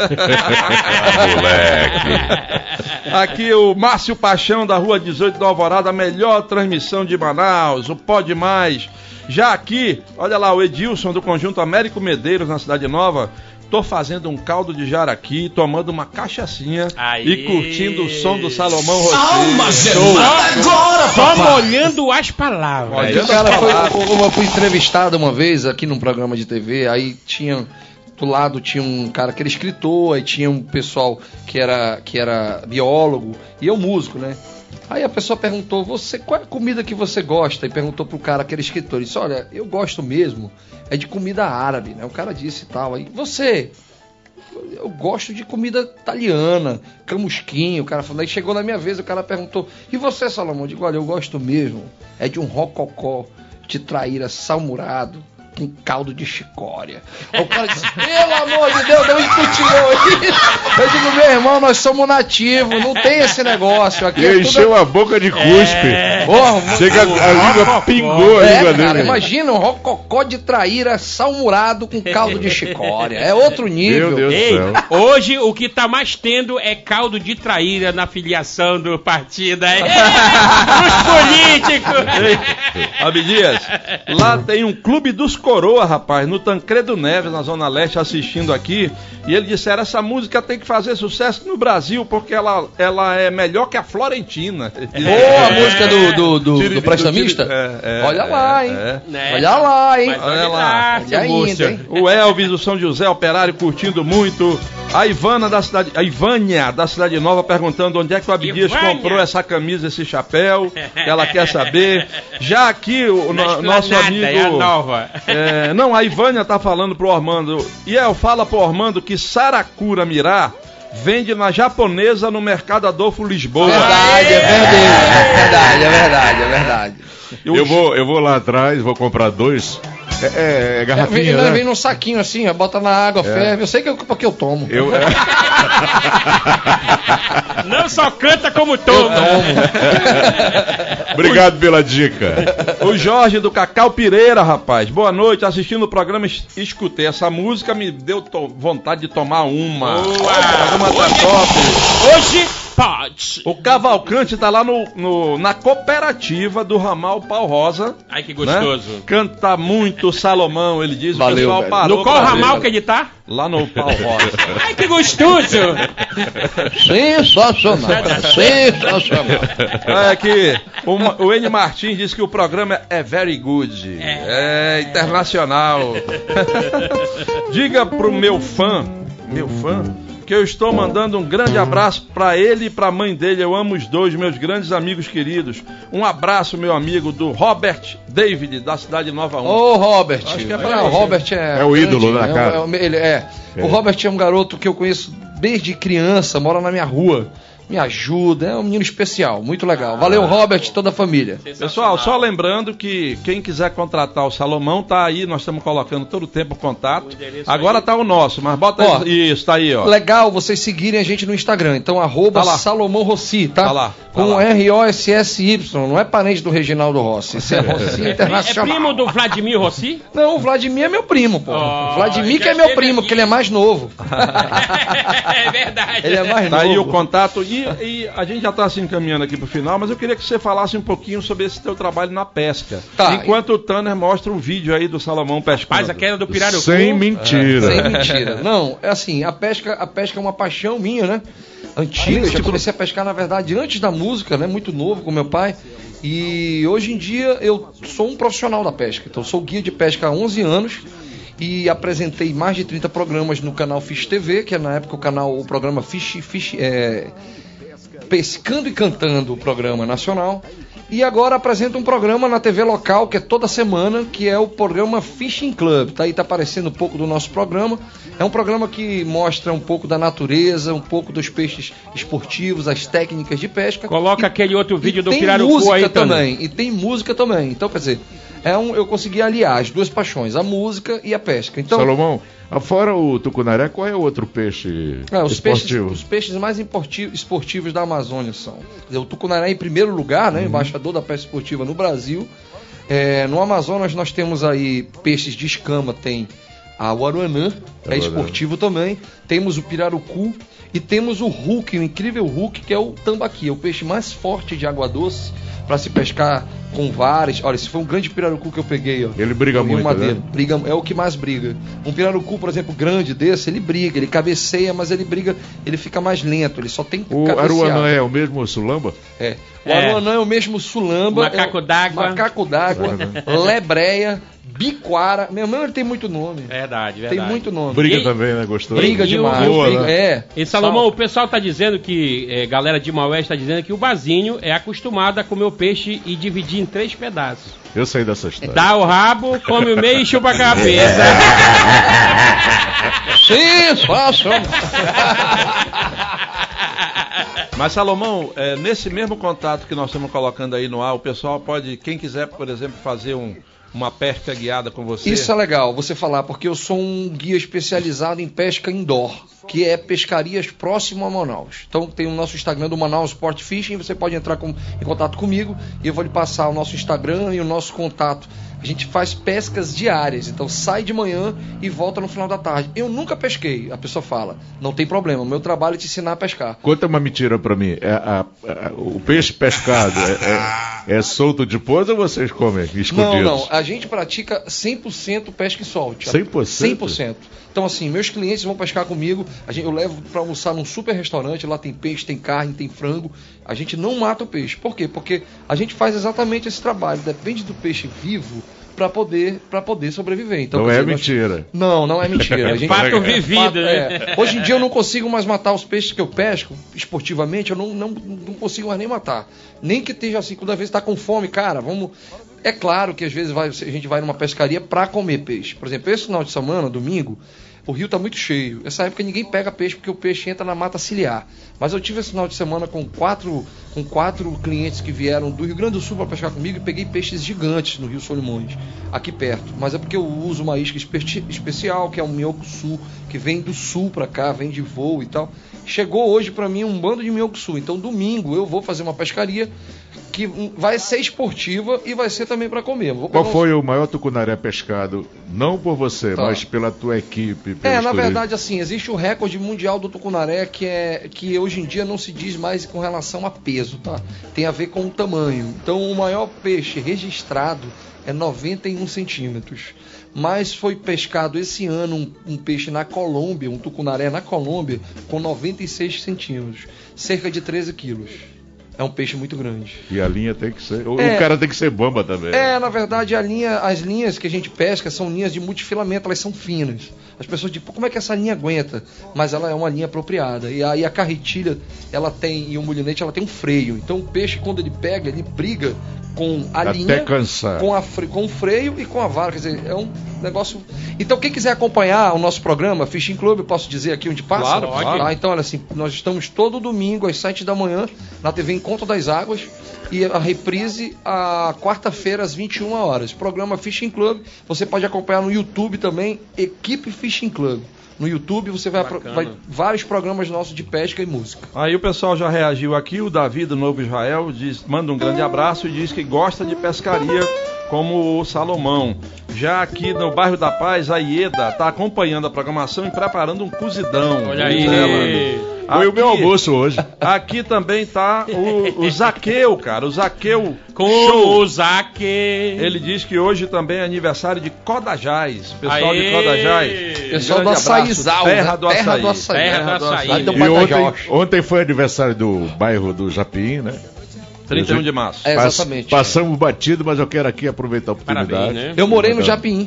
Moleque. Aqui o Márcio Paixão da Rua 18 da Alvorada, a melhor transmissão de Manaus, o Pode Mais. Já aqui, olha lá, o Edilson do Conjunto Américo Medeiros na Cidade Nova. Tô fazendo um caldo de jaraqui, tomando uma cachaçinha e curtindo o som do Salomão Rossi. Alma gelada agora, só molhando as palavras. O cara eu fui entrevistado uma vez aqui num programa de TV, aí tinha... Do lado tinha um cara que era escritor, aí tinha um pessoal que era biólogo e eu músico, né? Aí a pessoa perguntou, qual é a comida que você gosta? E perguntou pro cara que era escritor. Ele disse, olha, eu gosto mesmo é de comida árabe, né? O cara disse e tal. Aí, eu gosto de comida italiana, camusquinho. O cara falou, aí chegou na minha vez, o cara perguntou, e você, Salomão? Eu digo, olha, eu gosto mesmo é de um rococó de traíra salmourado com caldo de chicória. O cara disse, pelo amor de Deus, não escutou aí. Eu digo, meu irmão, nós somos nativos, não tem esse negócio aqui. E encheu a boca de cuspe. Chega, a língua pingou a língua dele. Cara, imagina um rococó de traíra salmourado com caldo de chicória. É outro nível. Meu Deus do céu. Hoje o que tá mais tendo é caldo de traíra na filiação do partido. Os políticos. Abdias, lá tem um clube dos Coroa, rapaz, no Tancredo Neves, na Zona Leste, assistindo aqui, e ele disseram, essa música tem que fazer sucesso no Brasil, porque ela é melhor que a Florentina. Boa, a música do Prestamista? Olha lá, hein? Olha lá, hein? Olha lá. Olha ainda, hein? O Elvis do São José, operário, curtindo muito. A Ivânia da Cidade Nova perguntando onde é que o Abdias comprou essa camisa, esse chapéu, que ela quer saber. Já aqui, o nosso amigo... É a nova. Não, a Ivânia tá falando pro Ormando. E fala pro Ormando que Saracura Mirá vende na japonesa no Mercado Adolfo Lisboa. Verdade. Eu vou lá atrás, vou comprar 2. Garrafinha, né? Vem num saquinho assim, bota na água, ferve. Eu sei que porque eu tomo. Não só canta como toma. Obrigado pela dica. O Jorge do Cacau Pireira, rapaz. Boa noite, assistindo o programa, escutei essa música, me deu vontade de tomar uma. Boa. O programa tá top. Hoje pode. O Cavalcante tá lá na cooperativa do Ramal Pau Rosa. Ai, que gostoso. Né? Canta muito Salomão, ele diz. Valeu, o pessoal velho. parou. No qual ramal que ele tá? Lá no Pau Rosa. Ai, que gostoso. Sensacional. Sensacional. É que o N. Martins disse que o programa é very good. É internacional. Diga pro meu fã, que eu estou mandando um grande abraço pra ele e pra mãe dele. Eu amo os dois, meus grandes amigos queridos. Um abraço, meu amigo, do Robert David, da cidade de Nova Onda. Ô, Robert. Acho que é O Robert É o ídolo da casa. O Robert é um garoto que eu conheço desde criança, mora na minha rua. Me ajuda, é um menino especial, muito legal. Valeu, Robert, toda a família. Pessoal, só lembrando que quem quiser contratar o Salomão, tá aí, nós estamos colocando todo o tempo o contato. Agora tá o nosso, mas bota isso, tá aí, ó. Legal vocês seguirem a gente no Instagram, então Salomão Rossi, tá? Tá lá. Com R-O-S-S-Y, não é parente do Reginaldo Rossi, isso é Rossi Internacional. É primo do Vladimir Rossi? Não, o Vladimir é meu primo, pô. O Vladimir que é meu primo, porque ele é mais novo. É verdade. Ele é mais Tá novo. aí o contato. E a gente já está se encaminhando aqui para o final, mas eu queria que você falasse um pouquinho sobre esse teu trabalho na pesca. Tá. Enquanto o Tanner mostra um vídeo aí do Salomão pescando. Mas a queda do pirarucu. Sem mentira. Sem mentira. Não, é assim, a pesca é uma paixão minha, né? Antiga, eu comecei a pescar, na verdade, antes da música, né? Muito novo, com meu pai. E hoje em dia eu sou um profissional da pesca. Então eu sou guia de pesca há 11 anos. E apresentei mais de 30 programas no canal Fish TV, que é na época o programa Pescando e Cantando, o programa nacional. E agora apresento um programa na TV local, que é toda semana, que é o programa Fishing Club. Tá aí, tá aparecendo um pouco do nosso programa. É um programa que mostra um pouco da natureza, um pouco dos peixes esportivos, as técnicas de pesca. Coloca aquele outro vídeo do tem pirarucu música aí também. E tem música também. Então, quer dizer, eu consegui aliar as duas paixões, a música e a pesca. Então, Salomão, fora o tucunaré, qual é o outro peixe esportivo? Os peixes mais esportivos da Amazônia são. Quer dizer, o tucunaré em primeiro lugar, né, embaixador da pesca esportiva no Brasil. No Amazonas nós temos aí peixes de escama, tem o aruanã, é esportivo também. Temos o pirarucu e temos o Hulk, o incrível Hulk, que é o tambaqui, é o peixe mais forte de água doce para se pescar com varas. Olha, esse foi um grande pirarucu que eu peguei, ó. Ele briga muito, né? É o que mais briga. Um pirarucu, por exemplo, grande desse, ele briga, ele cabeceia, mas ele briga, ele fica mais lento, ele só tem que cabecear. O aruanã é o mesmo sulamba? É. O aruanã é o mesmo sulamba. Macaco d'água. Lebreia, biquara. Meu irmão, ele tem muito nome. Verdade. Tem muito nome. Briga também, né? Gostou? Briga demais. Boa, briga, né? E Salomão, o pessoal tá dizendo que, galera de Maués está dizendo que o Bazinho é acostumado a comer o peixe e dividir em 3 pedaços. Eu sei dessa história. Dá o rabo, come o meio e chupa a cabeça. Sensacional. Mas Salomão, nesse mesmo contato que nós estamos colocando aí no ar, o pessoal pode, quem quiser, por exemplo, fazer uma pesca guiada com você. Isso é legal você falar, porque eu sou um guia especializado em pesca indoor, que é pescarias próximo a Manaus. Então tem o nosso Instagram do Manaus Sport Fishing, você pode entrar em contato comigo e eu vou lhe passar o nosso Instagram e o nosso contato. A gente faz pescas diárias, então sai de manhã e volta no final da tarde. Eu nunca pesquei, a pessoa fala, não tem problema, o meu trabalho é te ensinar a pescar. Conta uma mentira pra mim, o peixe pescado é solto depois ou vocês comem escondidos? Não, a gente pratica 100% pesca e solte. 100%? 100%. Então assim, meus clientes vão pescar comigo, eu levo para almoçar num super restaurante, lá tem peixe, tem carne, tem frango, a gente não mata o peixe. Por quê? Porque a gente faz exatamente esse trabalho, depende do peixe vivo para poder sobreviver. Então, não é mentira. Não é mentira. É fato vivido, né? Hoje em dia eu não consigo mais matar os peixes que eu pesco esportivamente, eu não consigo mais nem matar. Nem que esteja assim, toda vez que está com fome, cara, vamos... É claro que às vezes a gente vai numa pescaria para comer peixe. Por exemplo, esse final de semana, domingo, o rio está muito cheio. Essa época ninguém pega peixe porque o peixe entra na mata ciliar. Mas eu tive esse final de semana com quatro clientes que vieram do Rio Grande do Sul para pescar comigo e peguei peixes gigantes no Rio Solimões, aqui perto. Mas é porque eu uso uma isca especial, que é um minhoco sul, que vem do sul para cá, vem de voo e tal. Chegou hoje para mim um bando de minhoco sul. Então domingo eu vou fazer uma pescaria que vai ser esportiva e vai ser também para comer. Qual foi o maior tucunaré pescado? Não por você, mas pela tua equipe. Na verdade, assim, existe o recorde mundial do tucunaré que hoje em dia não se diz mais com relação a peso, tá? Tem a ver com o tamanho. Então, o maior peixe registrado é 91 centímetros. Mas foi pescado esse ano um peixe na Colômbia, um tucunaré na Colômbia, com 96 centímetros, cerca de 13 quilos. É um peixe muito grande. E a linha tem que ser... O cara tem que ser bamba também. Na verdade, as linhas que a gente pesca são linhas de multifilamento, elas são finas. As pessoas dizem, como é que essa linha aguenta? Mas ela é uma linha apropriada. E aí a carretilha, e o mulinete, ela tem um freio. Então o peixe, quando ele pega, ele briga com a linha, cansar. Com o freio e com a vara. Quer dizer, é um negócio... Então quem quiser acompanhar o nosso programa, Fishing Club, eu posso dizer aqui onde passa? Claro. Então, olha assim, nós estamos todo domingo às 7 da manhã na TV Encontro das Águas e a reprise a quarta-feira às 21 horas. Programa Fishing Club, você pode acompanhar no YouTube também, Equipe Fishing Club. No YouTube você vai vários programas nossos de pesca e música. Aí o pessoal já reagiu aqui, o Davi do Novo Israel manda um grande abraço e diz que gosta de pescaria como o Salomão. Já aqui no bairro da Paz, a Ieda está acompanhando a programação e preparando um cozidão. Olha aí! Foi o meu almoço hoje. Aqui também tá o Zaqueu, cara. O Zaqueu. Com o Zaque. Ele diz que hoje também é aniversário de Codajás. Pessoal de Codajás. Pessoal do Açaizal. Terra do Açaí. Terra do Açaí. E ontem foi aniversário do bairro do Japim, né? 31 de março. Exatamente. Passamos batido, mas eu quero aqui aproveitar a oportunidade. Parabéns, né? Eu morei no Japim.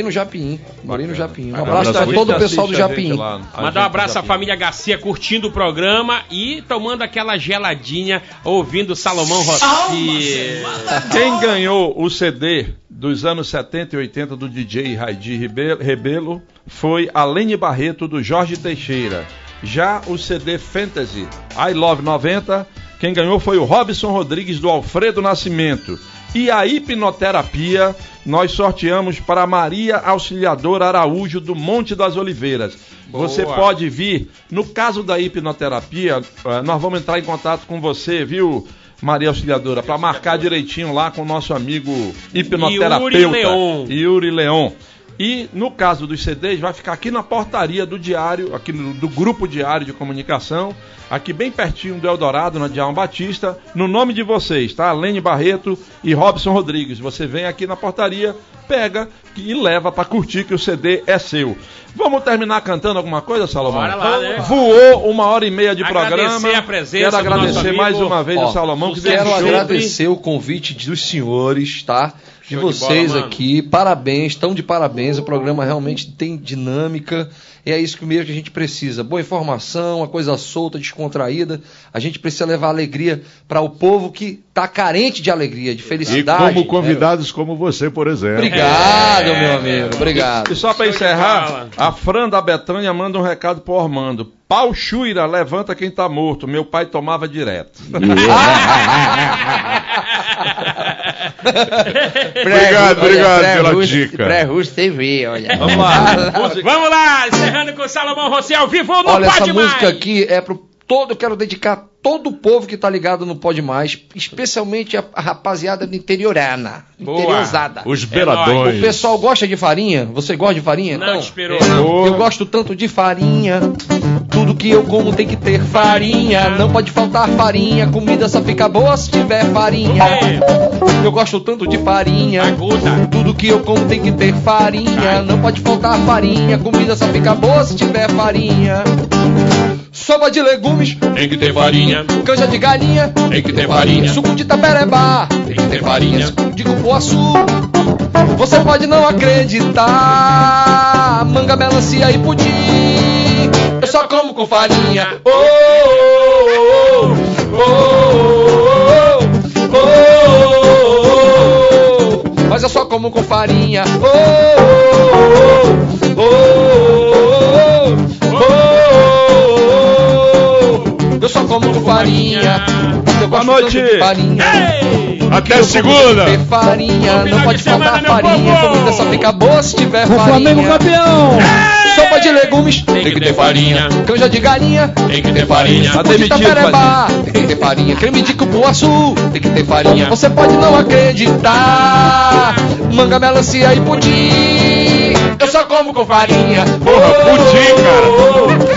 Um abraço para todo o pessoal do Japim. Mandar um abraço à família Garcia curtindo o programa e tomando aquela geladinha, ouvindo Salomão Rossi. Quem ganhou o CD dos anos 70 e 80 do DJ Raidi Rebelo foi a Lene Barreto, do Jorge Teixeira. Já o CD Fantasy I Love 90, quem ganhou foi o Robson Rodrigues, do Alfredo Nascimento. E a hipnoterapia nós sorteamos para a Maria Auxiliadora Araújo, do Monte das Oliveiras. Boa. Você pode vir. No caso da hipnoterapia, nós vamos entrar em contato com você, viu, Maria Auxiliadora, para marcar direitinho lá com o nosso amigo hipnoterapeuta Yuri Leon. E no caso dos CDs, vai ficar aqui na portaria do Diário, aqui do Grupo Diário de Comunicação, aqui bem pertinho do Eldorado, na Dialma Batista, no nome de vocês, tá? Lene Barreto e Robson Rodrigues. Você vem aqui na portaria, pega e leva para curtir, que o CD é seu. Vamos terminar cantando alguma coisa, Salomão? Bora lá, né? Voou 1h30 de programa. A presença. Quero agradecer mais uma vez o Salomão. Quero agradecer o convite dos senhores, tá? De vocês bola, aqui, parabéns, estão de parabéns, o programa realmente tem dinâmica, e é isso que mesmo que a gente precisa, boa informação, uma coisa solta, descontraída, a gente precisa levar alegria para o povo que está carente de alegria, de felicidade. E como convidados como você, por exemplo. Obrigado, meu amigo, obrigado. E só para encerrar, a Fran da Betânia manda um recado pro Ormando. Pau Chuira, levanta quem tá morto, meu pai tomava direto. Obrigado pela dica. Pré-Russo TV, olha. Vamos lá. Vamos lá, encerrando com o Salomão Rossi ao vivo no Olha, Pode essa Mais. música aqui é pro todo, eu quero dedicar todo o povo que tá ligado no Pode Mais, especialmente a rapaziada do interiorana, interiorzada. Os beiradões. O pessoal gosta de farinha? Você gosta de farinha? Não, esperou. Não. Eu gosto tanto de farinha. Tudo que eu como tem que ter farinha. Não pode faltar farinha. Comida só fica boa se tiver farinha. Eu gosto tanto de farinha. Tudo que eu como tem que ter farinha. Não pode faltar farinha. Comida só fica boa se tiver farinha. Sopa de legumes, tem que ter farinha. Canja de galinha, tem que ter farinha. Suco de taperebá, tem que ter farinha. Suco de cupuaçu, você pode não acreditar. Manga, melancia e pudim, eu só como com farinha. Oh, oh, oh, oh, oh, oh, oh, oh. mas eu só como com farinha. Eu só como com farinha. Eu gosto Boa noite. de farinha. Até segunda. Ter farinha, não pode faltar farinha. Comida só fica boa se tiver farinha. Flamengo campeão. Sopa de legumes, tem que ter farinha. Canja de galinha, tem que ter farinha. Tá Pudim demitido, tapereba, tem que ter farinha. Creme de cupuaçu, tem que ter farinha. Você pode não acreditar. Manga, melancia e pudim, eu só como com farinha. Porra, pudim, cara.